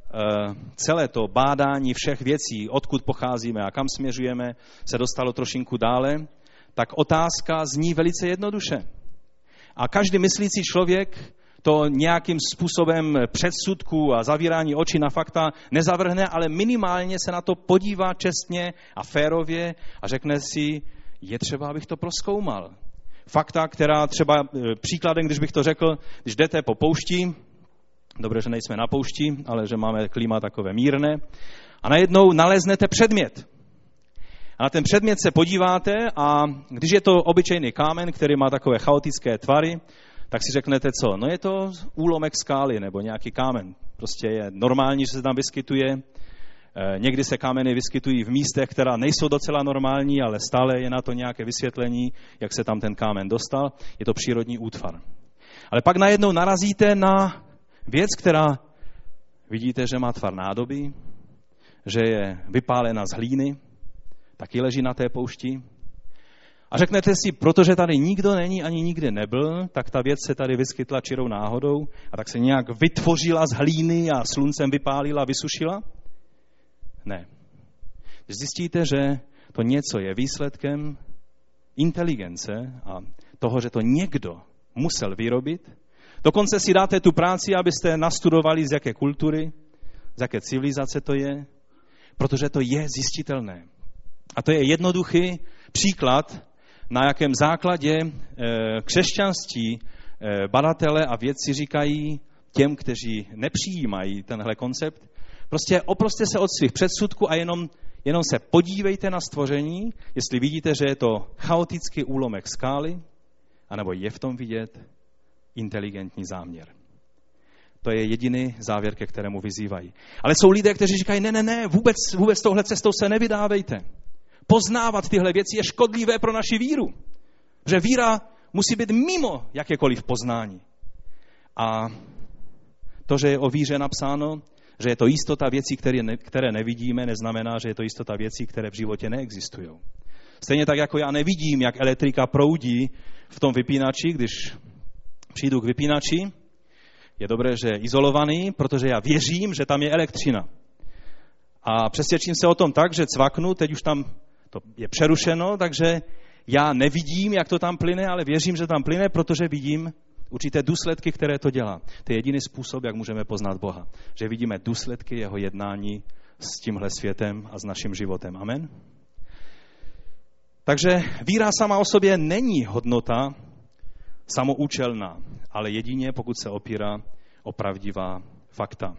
celé to bádání všech věcí, odkud pocházíme a kam směřujeme, se dostalo trošinku dále, tak otázka zní velice jednoduše. A každý myslící člověk to nějakým způsobem předsudku a zavírání očí na fakta nezavrhne, ale minimálně se na to podívá čestně a férově a řekne si, je třeba, abych to prozkoumal. Fakta, která třeba příkladem, když bych to řekl, když jdete po poušti, dobře, že nejsme na poušti, ale že máme klima takové mírné, a najednou naleznete předmět. A na ten předmět se podíváte a když je to obyčejný kámen, který má takové chaotické tvary, tak si řeknete co? No je to úlomek skály nebo nějaký kámen. Prostě je normální, že se tam vyskytuje. Někdy se kámeny vyskytují v místech, která nejsou docela normální, ale stále je na to nějaké vysvětlení, jak se tam ten kámen dostal. Je to přírodní útvar. Ale pak najednou narazíte na věc, která vidíte, že má tvar nádoby, že je vypálena z hlíny, taky leží na té poušti. A řeknete si, protože tady nikdo není ani nikdy nebyl, tak ta věc se tady vyskytla čirou náhodou a tak se nějak vytvořila z hlíny a sluncem vypálila, vysušila? Ne. Když zjistíte, že to něco je výsledkem inteligence a toho, že to někdo musel vyrobit, dokonce si dáte tu práci, abyste nastudovali, z jaké kultury, z jaké civilizace to je, protože to je zjistitelné. A to je jednoduchý příklad, na jakém základě křesťanství badatelé a vědci říkají těm, kteří nepřijímají tenhle koncept, prostě oprosťte se od svých předsudků a jenom se podívejte na stvoření, jestli vidíte, že je to chaotický úlomek skály, anebo je v tom vidět inteligentní záměr. To je jediný závěr, ke kterému vyzývají. Ale jsou lidé, kteří říkají, ne, vůbec touhle cestou se nevydávejte. Poznávat tyhle věci je škodlivé pro naši víru. Protože víra musí být mimo jakékoliv poznání. A to, že je o víře napsáno, že je to jistota věcí, které nevidíme, neznamená, že je to jistota věcí, které v životě neexistují. Stejně tak, jako já nevidím, jak elektrika proudí v tom vypínači, když přijdu k vypínači, je dobré, že je izolovaný, protože já věřím, že tam je elektřina. A přesvědčím se o tom tak, že cvaknu, teď už tam to je přerušeno, takže já nevidím, jak to tam plyne, ale věřím, že tam plyne, protože vidím určité důsledky, které to dělá. To je jediný způsob, jak můžeme poznat Boha. Že vidíme důsledky jeho jednání s tímhle světem a s naším životem. Amen? Takže víra sama o sobě není hodnota samoučelná, ale jedině pokud se opírá o pravdivá fakta.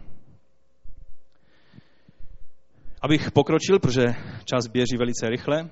Abych pokročil, protože čas běží velice rychle,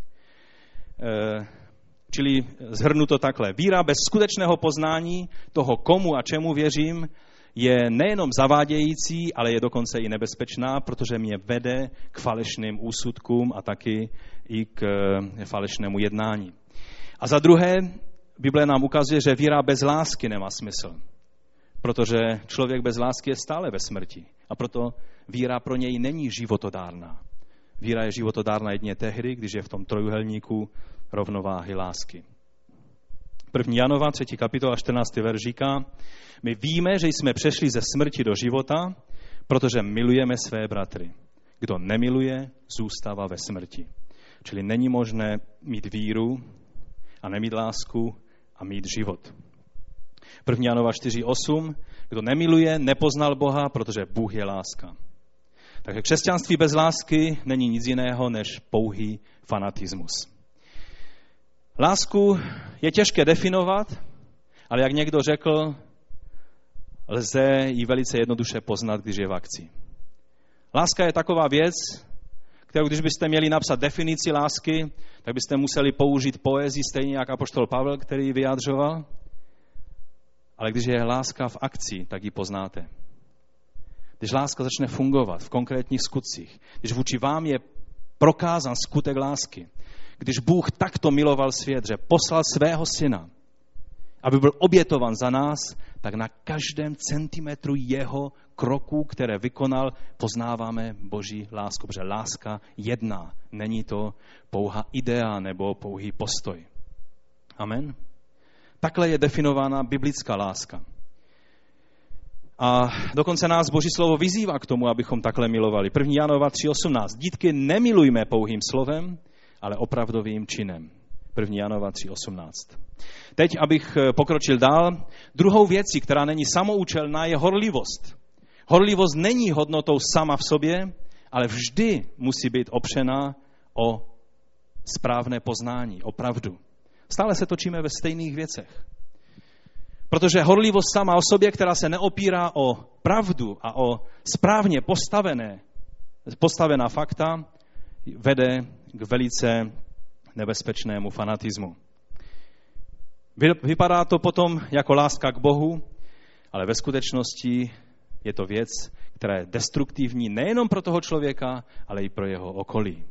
čili shrnu to takhle. Víra bez skutečného poznání toho, komu a čemu věřím, je nejenom zavádějící, ale je dokonce i nebezpečná, protože mě vede k falešným úsudkům a taky i k falešnému jednání. A za druhé, Bible nám ukazuje, že víra bez lásky nemá smysl, protože člověk bez lásky je stále ve smrti. A proto víra pro něj není životodárná. Víra je životodárná jedině tehdy, když je v tom trojuhelníku rovnováhy lásky. 1. Janova, 3. kapitola, 14. verš říká, my víme, že jsme přešli ze smrti do života, protože milujeme své bratry. Kdo nemiluje, zůstává ve smrti. Čili není možné mít víru a nemít lásku a mít život. 1. Janova 4.8. Kdo nemiluje, nepoznal Boha, protože Bůh je láska. Takže křesťanství bez lásky není nic jiného než pouhý fanatismus. Lásku je těžké definovat, ale jak někdo řekl, lze ji velice jednoduše poznat, když je v akci. Láska je taková věc, kterou když byste měli napsat definici lásky, tak byste museli použít poezii stejně jak apoštol Pavel, který ji vyjadřoval. Ale když je láska v akci, tak ji poznáte. Když láska začne fungovat v konkrétních skutcích, když vůči vám je prokázán skutek lásky, když Bůh takto miloval svět, že poslal svého syna, aby byl obětovan za nás, tak na každém centimetru jeho kroků, které vykonal, poznáváme Boží lásku, protože láska jedná. Není to pouhá idea nebo pouhý postoj. Amen. Takhle je definována biblická láska. A dokonce nás Boží slovo vyzývá k tomu, abychom takhle milovali. 1. Janova 3.18. Dítky, nemilujme pouhým slovem, ale opravdovým činem. 1. Janova 3.18. Teď, abych pokročil dál, druhou věcí, která není samoučelná, je horlivost. Horlivost není hodnotou sama v sobě, ale vždy musí být opřená o správné poznání, o pravdu. Stále se točíme ve stejných věcech. Protože horlivost sama o sobě, která se neopírá o pravdu a o správně postavená fakta, vede k velice nebezpečnému fanatismu. Vypadá to potom jako láska k Bohu, ale ve skutečnosti je to věc, která je destruktivní nejenom pro toho člověka, ale i pro jeho okolí.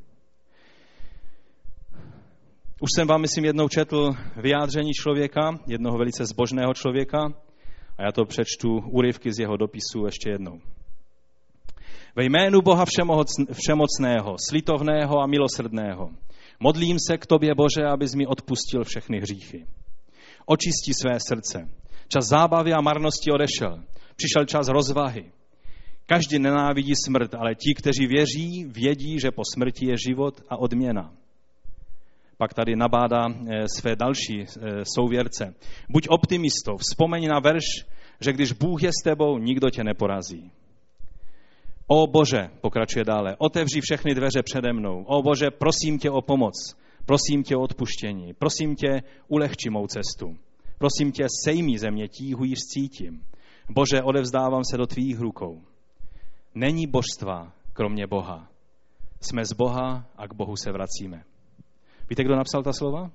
Už jsem vám, myslím, jednou četl vyjádření člověka, jednoho velice zbožného člověka, a já to přečtu úryvky z jeho dopisu ještě jednou. Ve jménu Boha všemocného, slitovného a milosrdného, modlím se k tobě, Bože, abys mi odpustil všechny hříchy. Očistí své srdce. Čas zábavy a marnosti odešel. Přišel čas rozvahy. Každý nenávidí smrt, ale ti, kteří věří, vědí, že po smrti je život a odměna. Pak tady nabádá své další souvěrce. Buď optimistou, vzpomeň na verš, že když Bůh je s tebou, nikdo tě neporazí. O Bože, pokračuje dále, otevři všechny dveře přede mnou. O Bože, prosím tě o pomoc, prosím tě o odpuštění, prosím tě, ulehči mou cestu. Prosím tě, sejmi ze mě tíhu, již cítím. Bože, odevzdávám se do tvých rukou. Není božstva, kromě Boha. Jsme z Boha a k Bohu se vracíme. Víte, kdo napsal ta slova?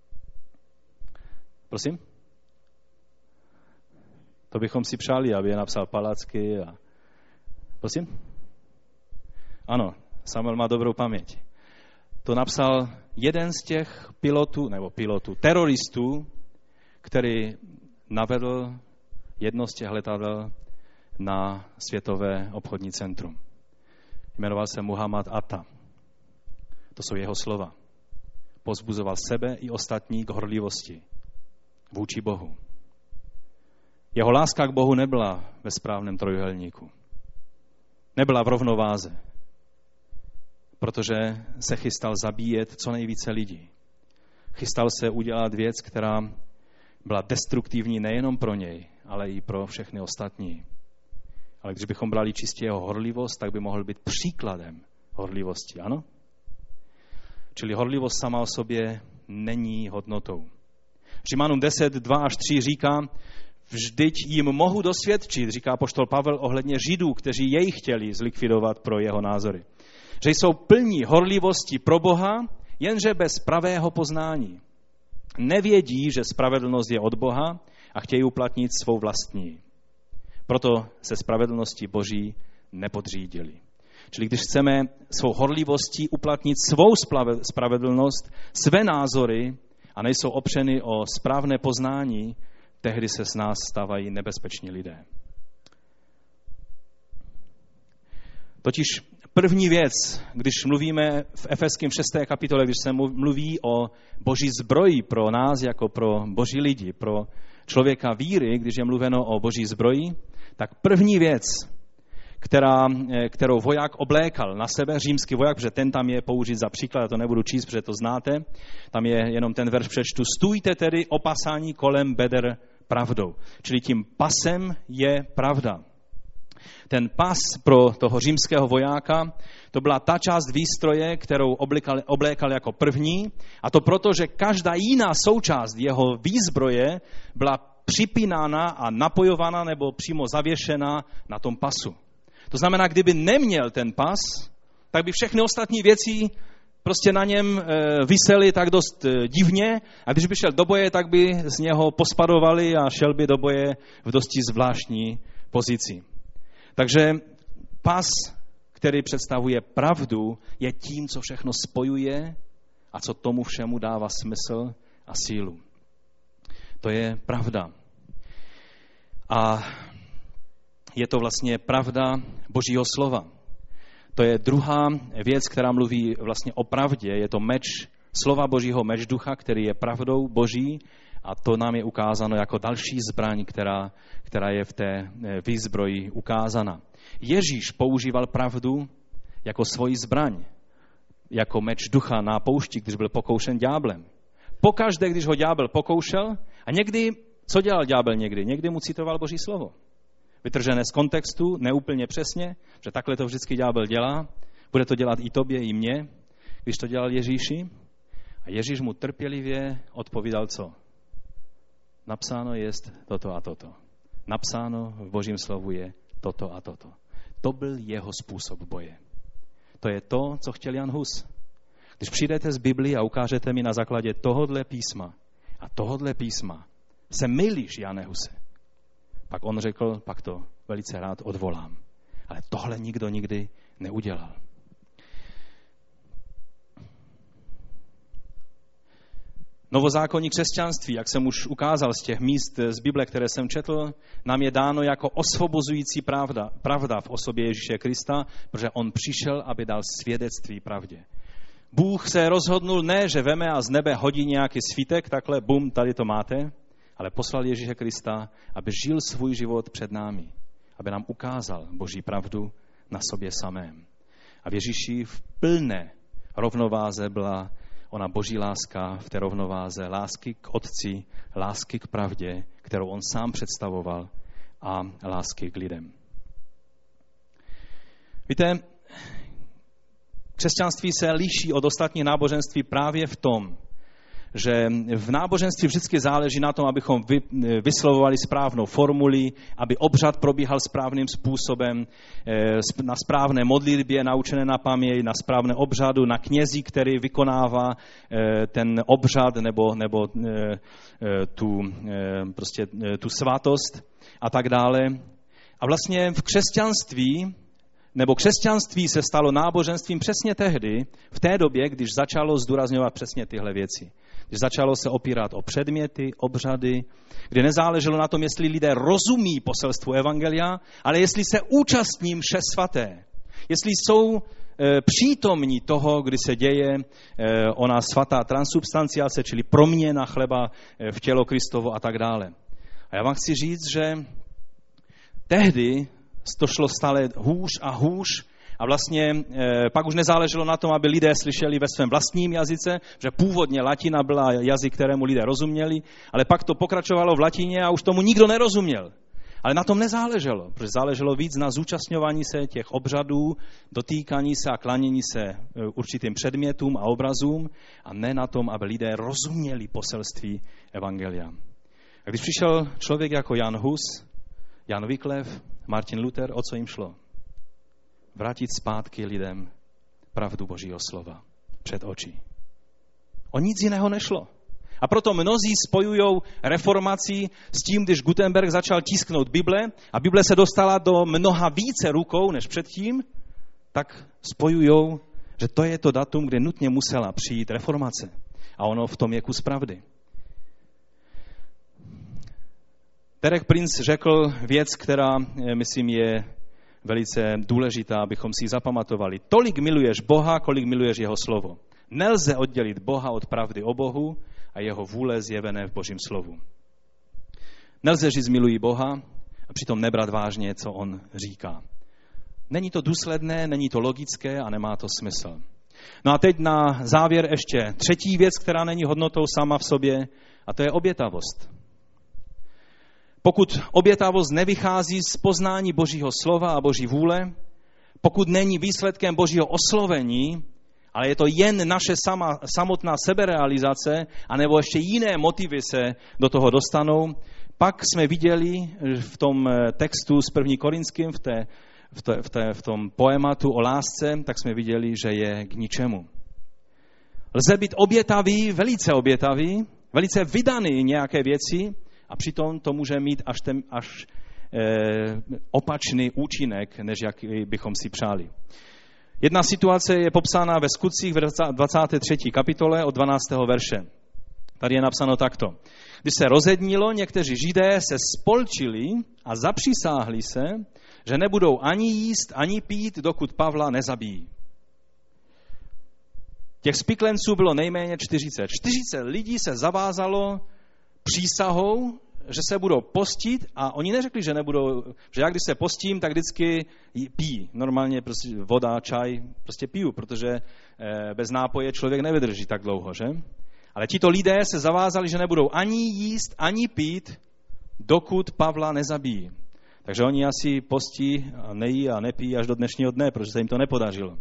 Prosím? To bychom si přáli, aby je napsal Palacky a... Prosím? Ano, Samuel má dobrou paměť. To napsal jeden z těch teroristů, který navedl jedno z těch letadel na Světové obchodní centrum. Jmenoval se Muhammad Atta. To jsou jeho slova. Pozbuzoval sebe i ostatní k horlivosti vůči Bohu. Jeho láska k Bohu nebyla ve správném trojuhelníku. Nebyla v rovnováze, protože se chystal zabíjet co nejvíce lidí. Chystal se udělat věc, která byla destruktivní nejenom pro něj, ale i pro všechny ostatní. Ale když bychom brali čistě jeho horlivost, tak by mohl být příkladem horlivosti, ano? Čili horlivost sama o sobě není hodnotou. Římanům 10, 2 až 3 říká, Vždyť jim mohu dosvědčit, říká apoštol Pavel ohledně Židů, kteří jej chtěli zlikvidovat pro jeho názory. Že jsou plní horlivosti pro Boha, jenže bez pravého poznání. Nevědí, že spravedlnost je od Boha a chtějí uplatnit svou vlastní. Proto se spravedlnosti Boží nepodřídili. Čili když chceme svou horlivostí uplatnit svou spravedlnost, své názory a nejsou opřeny o správné poznání, tehdy se z nás stávají nebezpeční lidé. Totiž první věc, když mluvíme v Efeským 6. kapitole, když se mluví o boží zbroji pro nás, jako pro boží lidi, pro člověka víry, když je mluveno o boží zbroji, tak první věc, kterou voják oblékal na sebe, římský voják, protože ten tam je použit za příklad, to nebudu číst, protože to znáte, tam je jenom ten verš přečtu, stůjte tedy opasání kolem beder pravdou. Čili tím pasem je pravda. Ten pas pro toho římského vojáka, to byla ta část výstroje, kterou oblékal jako první, a to proto, že každá jiná součást jeho výzbroje byla připínána a napojována nebo přímo zavěšena na tom pasu. To znamená, kdyby neměl ten pas, tak by všechny ostatní věci prostě na něm visely tak dost divně a když by šel do boje, tak by z něho pospadovali a šel by do boje v dosti zvláštní pozici. Takže pas, který představuje pravdu, je tím, co všechno spojuje a co tomu všemu dává smysl a sílu. To je pravda. A je to vlastně pravda Božího slova. To je druhá věc, která mluví vlastně o pravdě. Je to meč slova Božího, meč ducha, který je pravdou Boží a to nám je ukázáno jako další zbraň, která je v té výzbroji ukázána. Ježíš používal pravdu jako svoji zbraň, jako meč ducha na poušti, když byl pokoušen ďáblem. Pokaždé, když ho ďábel pokoušel, a někdy, co dělal ďábel někdy? Někdy mu citoval Boží slovo. Vytržené z kontextu, neúplně přesně, že takhle to vždycky ďábel dělá, bude to dělat i tobě, i mně, když to dělal Ježíši. A Ježíš mu trpělivě odpovídal co? Napsáno jest toto a toto. Napsáno v Božím slovu je toto a toto. To byl jeho způsob boje. To je to, co chtěl Jan Hus. Když přijdete z Biblii a ukážete mi na základě tohodle písma a tohodle písma se mylíš, Jane Huse, pak on řekl, pak to velice rád odvolám. Ale tohle nikdo nikdy neudělal. Novozákonní křesťanství, jak jsem už ukázal z těch míst z Bible, které jsem četl, nám je dáno jako osvobozující pravda v osobě Ježíše Krista, protože on přišel, aby dal svědectví pravdě. Bůh se rozhodnul ne, že veme a z nebe hodí nějaký svítek, takhle bum, tady to máte, ale poslal Ježíše Krista, aby žil svůj život před námi, aby nám ukázal Boží pravdu na sobě samém. A v Ježíši v plné rovnováze byla ona Boží láska, v té rovnováze lásky k Otci, lásky k pravdě, kterou on sám představoval, a lásky k lidem. Víte, křesťanství se liší od ostatních náboženství právě v tom, že v náboženství vždycky záleží na tom, abychom vyslovovali správnou formuli, aby obřad probíhal správným způsobem, na správné modlitbě naučené na paměť, na správné obřadu, na knězi, který vykonává ten obřad nebo tu svatost a tak dále. A vlastně v křesťanství se stalo náboženstvím přesně tehdy, v té době, když začalo zdůrazňovat přesně tyhle věci. Když začalo se opírat o předměty, obřady, kde nezáleželo na tom, jestli lidé rozumí poselstvu evangelia, ale jestli se účastní mše svaté. Jestli jsou přítomní toho, kdy se děje ona svatá transubstanciace, čili proměna chleba v tělo Kristovo a tak dále. A já vám chci říct, že tehdy to šlo stále hůř a hůř a vlastně pak už nezáleželo na tom, aby lidé slyšeli ve svém vlastním jazyce, že původně latina byla jazyk, kterému lidé rozuměli, ale pak to pokračovalo v latině a už tomu nikdo nerozuměl. Ale na tom nezáleželo, protože záleželo víc na zúčastňování se těch obřadů, dotýkání se a klanění se určitým předmětům a obrazům a ne na tom, aby lidé rozuměli poselství evangelia. A když přišel člověk jako Jan Hus, Jan Wycliffe, Martin Luther, o co jim šlo? Vrátit zpátky lidem pravdu Božího slova před oči. O nic jiného nešlo. A proto mnozí spojují reformaci s tím, když Gutenberg začal tisknout Bible a Bible se dostala do mnoha více rukou než předtím, tak spojují, že to je to datum, kde nutně musela přijít reformace. A ono v tom je kus pravdy. Derek Prince řekl věc, která, myslím, je velice důležitá, abychom si ji zapamatovali. Tolik miluješ Boha, kolik miluješ jeho slovo. Nelze oddělit Boha od pravdy o Bohu a jeho vůle zjevené v Božím slovu. Nelze říct miluji Boha a přitom nebrat vážně, co on říká. Není to důsledné, není to logické a nemá to smysl. No a teď na závěr ještě třetí věc, která není hodnotou sama v sobě, a to je obětavost. Pokud obětavost nevychází z poznání Božího slova a Boží vůle, pokud není výsledkem Božího oslovení, ale je to jen naše samotná seberealizace, anebo ještě jiné motivy se do toho dostanou, pak jsme viděli v tom textu s 1. Korinským, v tom poematu o lásce, tak jsme viděli, že je k ničemu. Lze být obětavý, velice vydaný nějaké věci, a přitom to může mít až opačný účinek, než jak bychom si přáli. Jedna situace je popsána ve Skutcích v 23. kapitole od 12. verše. Tady je napsáno takto. Když se rozednilo, někteří Židé se spolčili a zapřísáhli se, že nebudou ani jíst, ani pít, dokud Pavla nezabijí. Těch spiklenců bylo nejméně 40. 40 lidí se zavázalo přísahou, že se budou postit a oni neřekli, že nebudou, že já když se postím, tak vždycky pijí. Normálně prostě voda, čaj, prostě piju, protože bez nápoje člověk nevydrží tak dlouho, že? Ale tito lidé se zavázali, že nebudou ani jíst, ani pít, dokud Pavla nezabijí. Takže oni asi postí a nejí a nepijí až do dnešního dne, protože se jim to nepodařilo.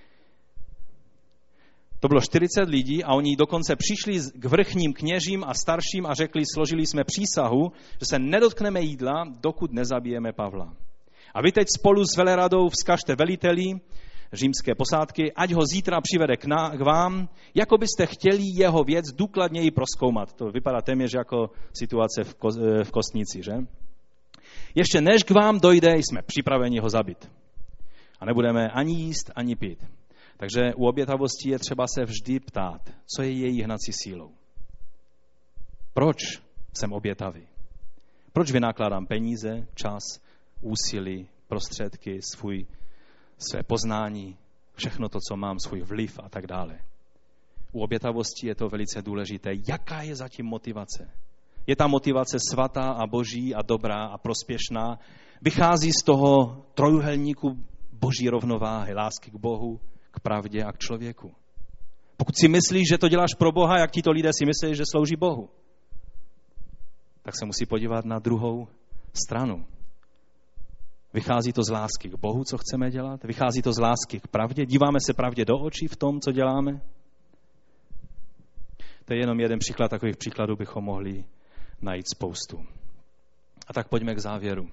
To bylo 40 lidí a oni dokonce přišli k vrchním kněžím a starším a řekli, složili jsme přísahu, že se nedotkneme jídla, dokud nezabijeme Pavla. A vy teď spolu s veleradou vzkažte veliteli římské posádky, ať ho zítra přivede k vám, jako byste chtěli jeho věc důkladněji prozkoumat. To vypadá téměř jako situace v Kostnici, že? Ještě než k vám dojde, jsme připraveni ho zabít. A nebudeme ani jíst, ani pít. Takže u obětavosti je třeba se vždy ptát, co je její hnací sílou. Proč jsem obětavý? Proč vynakládám peníze, čas, úsilí, prostředky, své poznání, všechno to, co mám, svůj vliv a tak dále. U obětavosti je to velice důležité. Jaká je zatím motivace? Je ta motivace svatá a boží a dobrá a prospěšná? Vychází z toho trojúhelníku boží rovnováhy, lásky k Bohu, k pravdě a k člověku. Pokud si myslíš, že to děláš pro Boha, jak tito lidé si myslí, že slouží Bohu, tak se musí podívat na druhou stranu. Vychází to z lásky k Bohu, co chceme dělat? Vychází to z lásky k pravdě? Díváme se pravdě do očí v tom, co děláme? To je jenom jeden příklad, takových příkladů bychom mohli najít spoustu. A tak pojďme k závěru.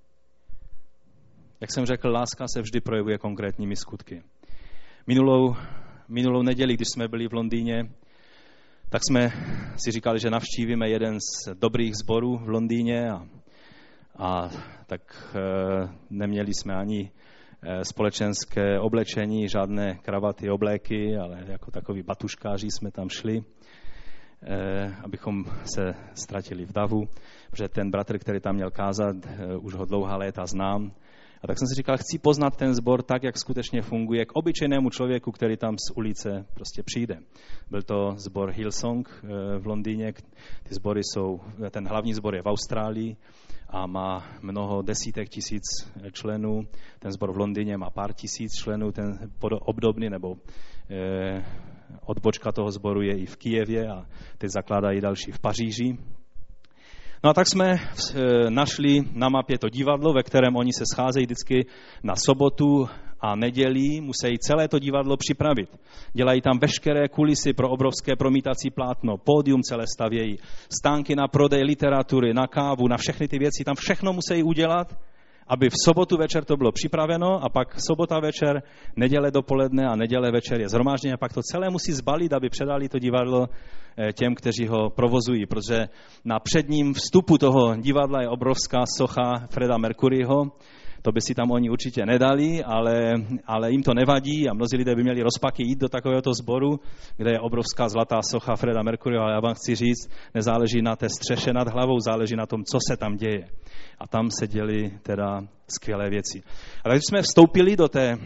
Jak jsem řekl, láska se vždy projevuje konkrétními skutky. Minulou neděli, když jsme byli v Londýně, tak jsme si říkali, že navštívíme jeden z dobrých sborů v Londýně a tak neměli jsme ani společenské oblečení, žádné kravaty, obléky, ale jako takový batuškáři jsme tam šli, abychom se ztratili v davu, protože ten bratr, který tam měl kázat, už ho dlouhá léta znám. A tak jsem si říkal, chci poznat ten sbor tak, jak skutečně funguje k obyčejnému člověku, který tam z ulice prostě přijde. Byl to sbor Hillsong v Londýně. Ty sbory ten hlavní sbor je v Austrálii a má mnoho desítek tisíc členů. Ten sbor v Londýně má pár tisíc členů, ten obdobný nebo odbočka toho sboru je i v Kyjevě a teď zakládají další v Paříži. No a tak jsme našli na mapě to divadlo, ve kterém oni se scházejí vždycky na sobotu a nedělí musí celé to divadlo připravit. Dělají tam veškeré kulisy pro obrovské promítací plátno, pódium celé stavějí, stánky na prodej literatury, na kávu, na všechny ty věci, tam všechno musí udělat, aby v sobotu večer to bylo připraveno a pak sobota večer, neděle dopoledne a neděle večer je shromáždění a pak to celé musí zbalit, aby předali to divadlo těm, kteří ho provozují, protože na předním vstupu toho divadla je obrovská socha Freda Mercuryho. To by si tam oni určitě nedali, ale jim to nevadí a mnozí lidé by měli rozpaky jít do takovéhoto sboru, kde je obrovská zlatá socha Freda Mercuryho, ale já vám chci říct, nezáleží na té střeše nad hlavou, záleží na tom, co se tam děje. A tam se děly teda skvělé věci. A když jsme vstoupili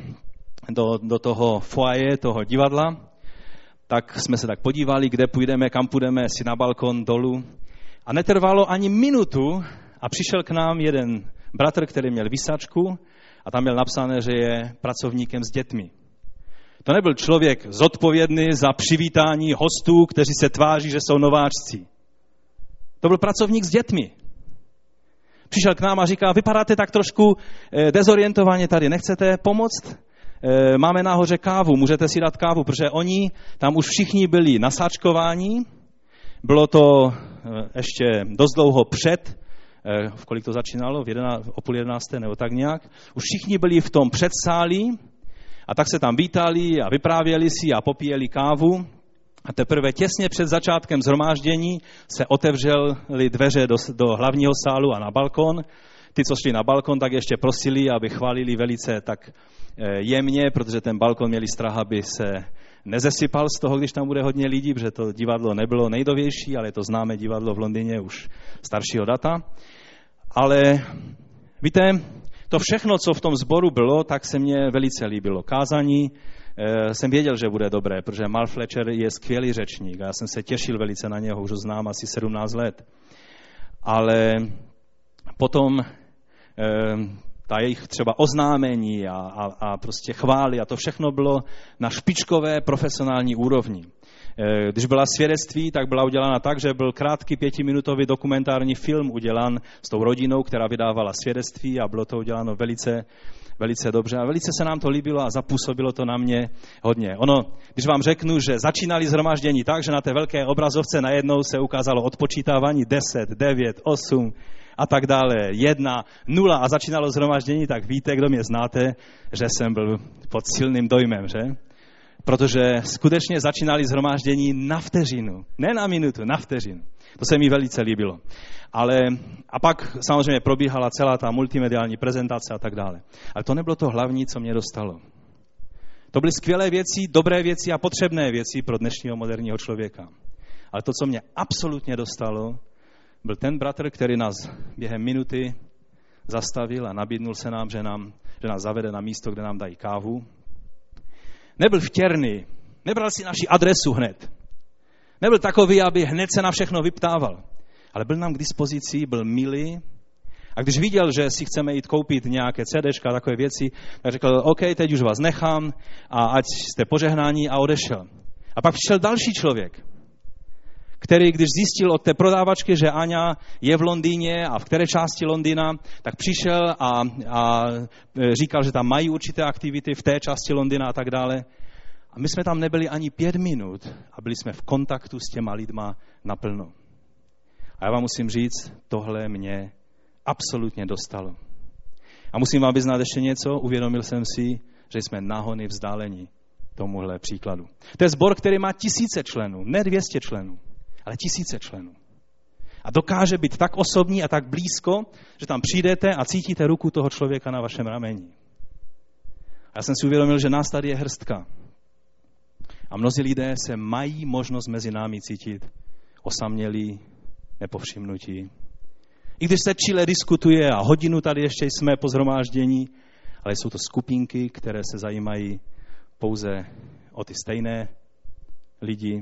do toho foyer, toho divadla, tak jsme se tak podívali, kde půjdeme, kam půjdeme, jestli na balkon, dolů. A netrvalo ani minutu a přišel k nám jeden bratr, který měl výsačku a tam měl napsané, že je pracovníkem s dětmi. To nebyl člověk zodpovědný za přivítání hostů, kteří se tváří, že jsou nováčci. To byl pracovník s dětmi. Přišel k nám a říká, vypadáte tak trošku dezorientovaně tady, nechcete pomoct? Máme nahoře kávu, můžete si dát kávu, protože oni tam už všichni byli nasáčkováni. Bylo to ještě dost dlouho před, v kolik to začínalo, o 10:30 nebo tak nějak. Už všichni byli v tom předsálí a tak se tam vítali a vyprávěli si a popíjeli kávu. A teprve těsně před začátkem shromáždění se otevřely dveře do hlavního sálu a na balkon. Ty, co šli na balkon, tak ještě prosili, aby chválili velice tak jemně, protože ten balkon měli strach, aby se nezesypal z toho, když tam bude hodně lidí, protože to divadlo nebylo nejnovější, ale je to známé divadlo v Londýně už staršího data. Ale víte, to všechno, co v tom sboru bylo, tak se mně velice líbilo. Kázání jsem věděl, že bude dobré, protože Mal Fletcher je skvělý řečník a já jsem se těšil velice na něho, už ho znám asi 17 let. Ale potom ta jejich třeba oznámení a prostě chvály a to všechno bylo na špičkové profesionální úrovni. Když byla svědectví, tak byla udělána tak, že byl krátký 5minutový dokumentární film udělán s tou rodinou, která vydávala svědectví a bylo to uděláno velice, velice dobře a velice se nám to líbilo a zapůsobilo to na mě hodně. Když vám řeknu, že začínali shromáždění tak, že na té velké obrazovce najednou se ukázalo odpočítávání 10, 9, 8 a tak dále, 1, 0 a začínalo shromáždění, tak víte, kdo mě znáte, že jsem byl pod silným dojmem, že? Protože skutečně začínali shromáždění na vteřinu, ne na minutu, na vteřinu. To se mi velice líbilo. A pak samozřejmě probíhala celá ta multimediální prezentace a tak dále. Ale to nebylo to hlavní, co mě dostalo. To byly skvělé věci, dobré věci a potřebné věci pro dnešního moderního člověka. Ale to, co mě absolutně dostalo, byl ten bratr, který nás během minuty zastavil a nabídnul se nám, že nás zavede na místo, kde nám dají kávu. Nebyl vtěrný, nebral si naši adresu hned. Nebyl takový, aby hned se na všechno vyptával. Ale byl nám k dispozici, byl milý. A když viděl, že si chceme jít koupit nějaké CDčka a takové věci, tak řekl, OK, teď už vás nechám a ať jste požehnáni a odešel. A pak přišel další člověk, který, když zjistil od té prodávačky, že Aňa je v Londýně a v které části Londýna, tak přišel a říkal, že tam mají určité aktivity v té části Londýna a tak dále. A my jsme tam nebyli ani 5 minut a byli jsme v kontaktu s těma lidma naplno. A já vám musím říct, tohle mě absolutně dostalo. A musím vám vyznat ještě něco, uvědomil jsem si, že jsme nahony vzdáleni tomuhle příkladu. To je sbor, který má 1000 členů, ne 200 členů, ale 1000 členů. A dokáže být tak osobní a tak blízko, že tam přijdete a cítíte ruku toho člověka na vašem rameni. A já jsem si uvědomil, že nás tady je hrstka. A mnozí lidé se mají možnost mezi námi cítit osamělí, nepovšimnutí. I když se čile diskutuje a hodinu tady ještě jsme po shromáždění, ale jsou to skupinky, které se zajímají pouze o ty stejné lidi.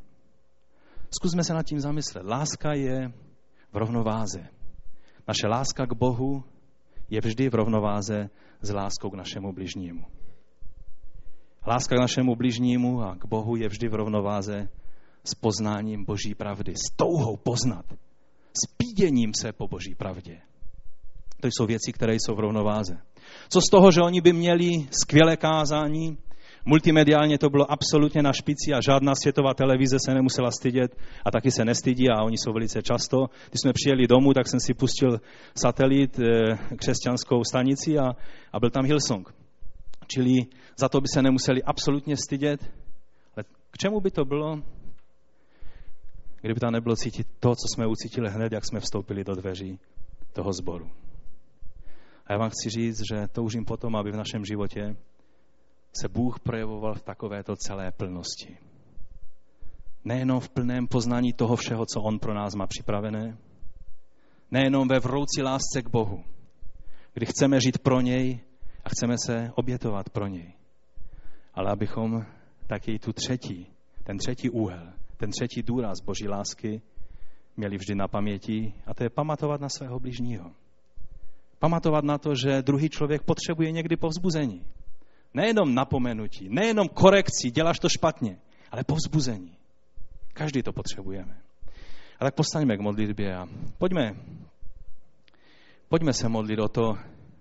Zkusme se nad tím zamyslet. Láska je v rovnováze. Naše láska k Bohu je vždy v rovnováze s láskou k našemu bližnímu. Láska k našemu bližnímu a k Bohu je vždy v rovnováze s poznáním Boží pravdy, s touhou poznat, s píděním se po Boží pravdě. To jsou věci, které jsou v rovnováze. Co z toho, že oni by měli skvělé kázání, multimediálně to bylo absolutně na špici a žádná světová televize se nemusela stydět a taky se nestydí a oni jsou velice často. Když jsme přijeli domů, tak jsem si pustil satelit, křesťanskou stanici a byl tam Hillsong. Čili za to by se nemuseli absolutně stydět. Ale k čemu by to bylo, kdyby tam nebylo cítit to, co jsme ucítili hned, jak jsme vstoupili do dveří toho sboru. A já vám chci říct, že toužím potom, aby v našem životě se Bůh projevoval v takovéto celé plnosti. Nejenom v plném poznání toho všeho, co On pro nás má připravené, nejenom ve vroucí lásce k Bohu, kdy chceme žít pro něj a chceme se obětovat pro něj. Ale abychom taky ten třetí úhel, ten třetí důraz Boží lásky měli vždy na paměti, a to je pamatovat na svého bližního. Pamatovat na to, že druhý člověk potřebuje někdy povzbuzení. Nejenom napomenutí, nejenom korekci, děláš to špatně, ale povzbuzení. Každý to potřebujeme. A tak postaňme k modlitbě a pojďme se modlit o to,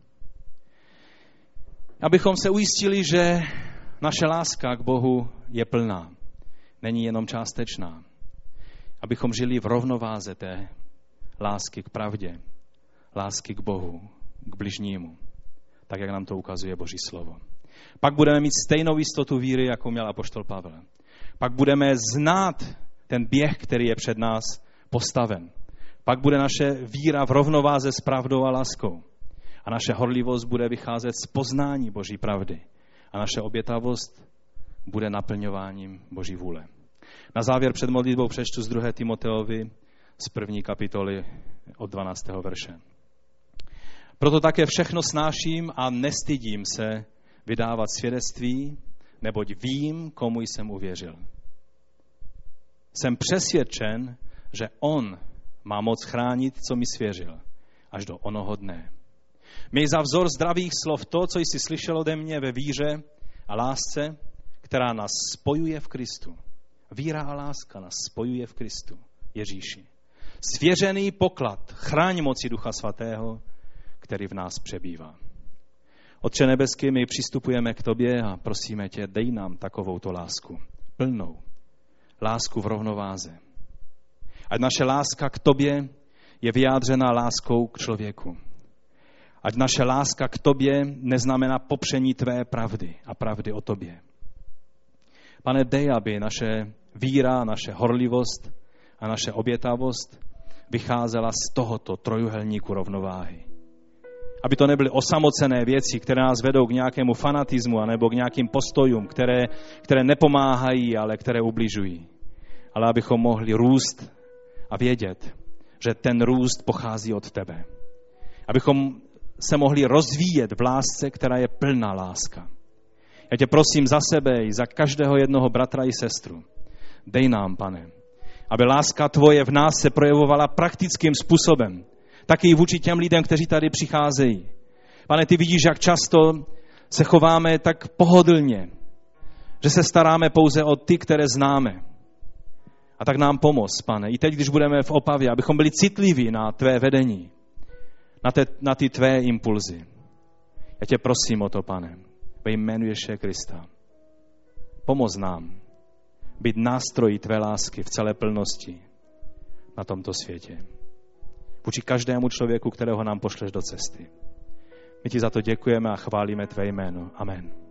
abychom se ujistili, že naše láska k Bohu je plná. Není jenom částečná. Abychom žili v rovnováze té lásky k pravdě, lásky k Bohu, k bližnímu, tak jak nám to ukazuje Boží slovo. Pak budeme mít stejnou jistotu víry, jako měl apoštol Pavel. Pak budeme znát ten běh, který je před nás postaven. Pak bude naše víra v rovnováze s pravdou a láskou. A naše horlivost bude vycházet z poznání Boží pravdy. A naše obětavost bude naplňováním Boží vůle. Na závěr před modlitbou přečtu z 2. Timoteovi z 1. kapitoly od 12. verše. Proto také všechno snáším a nestydím se vydávat svědectví, neboť vím, komu jsem uvěřil. Jsem přesvědčen, že on má moc chránit, co mi svěřil, až do onoho dne. Měj za vzor zdravých slov to, co jsi slyšel ode mě ve víře a lásce, která nás spojuje v Kristu. Víra a láska nás spojuje v Kristu, Ježíši. Svěřený poklad, chráň moci Ducha Svatého, který v nás přebývá. Otče nebeský, my přistupujeme k tobě a prosíme tě, dej nám takovouto lásku, plnou, lásku v rovnováze. Ať naše láska k tobě je vyjádřená láskou k člověku. Ať naše láska k tobě neznamená popření tvé pravdy a pravdy o tobě. Pane, dej, aby naše víra, naše horlivost a naše obětavost vycházela z tohoto trojuhelníku rovnováhy. Aby to nebyly osamocené věci, které nás vedou k nějakému fanatismu anebo k nějakým postojům, které nepomáhají, ale které ubližují. Ale abychom mohli růst a vědět, že ten růst pochází od tebe. Abychom se mohli rozvíjet v lásce, která je plná láska. Já tě prosím za sebe i za každého jednoho bratra i sestru. Dej nám, Pane, aby láska tvoje v nás se projevovala praktickým způsobem. Taky i vůči těm lidem, kteří tady přicházejí. Pane, ty vidíš, jak často se chováme tak pohodlně, že se staráme pouze o ty, které známe. A tak nám pomoz, Pane, i teď, když budeme v Opavě, abychom byli citliví na tvé vedení, na ty tvé impulzy. Já tě prosím o to, Pane, ve jménu Ježíše Krista. Pomoz nám být nástroji tvé lásky v celé plnosti na tomto světě. Vůči každému člověku, kterého nám pošleš do cesty. My ti za to děkujeme a chválíme tvé jméno. Amen.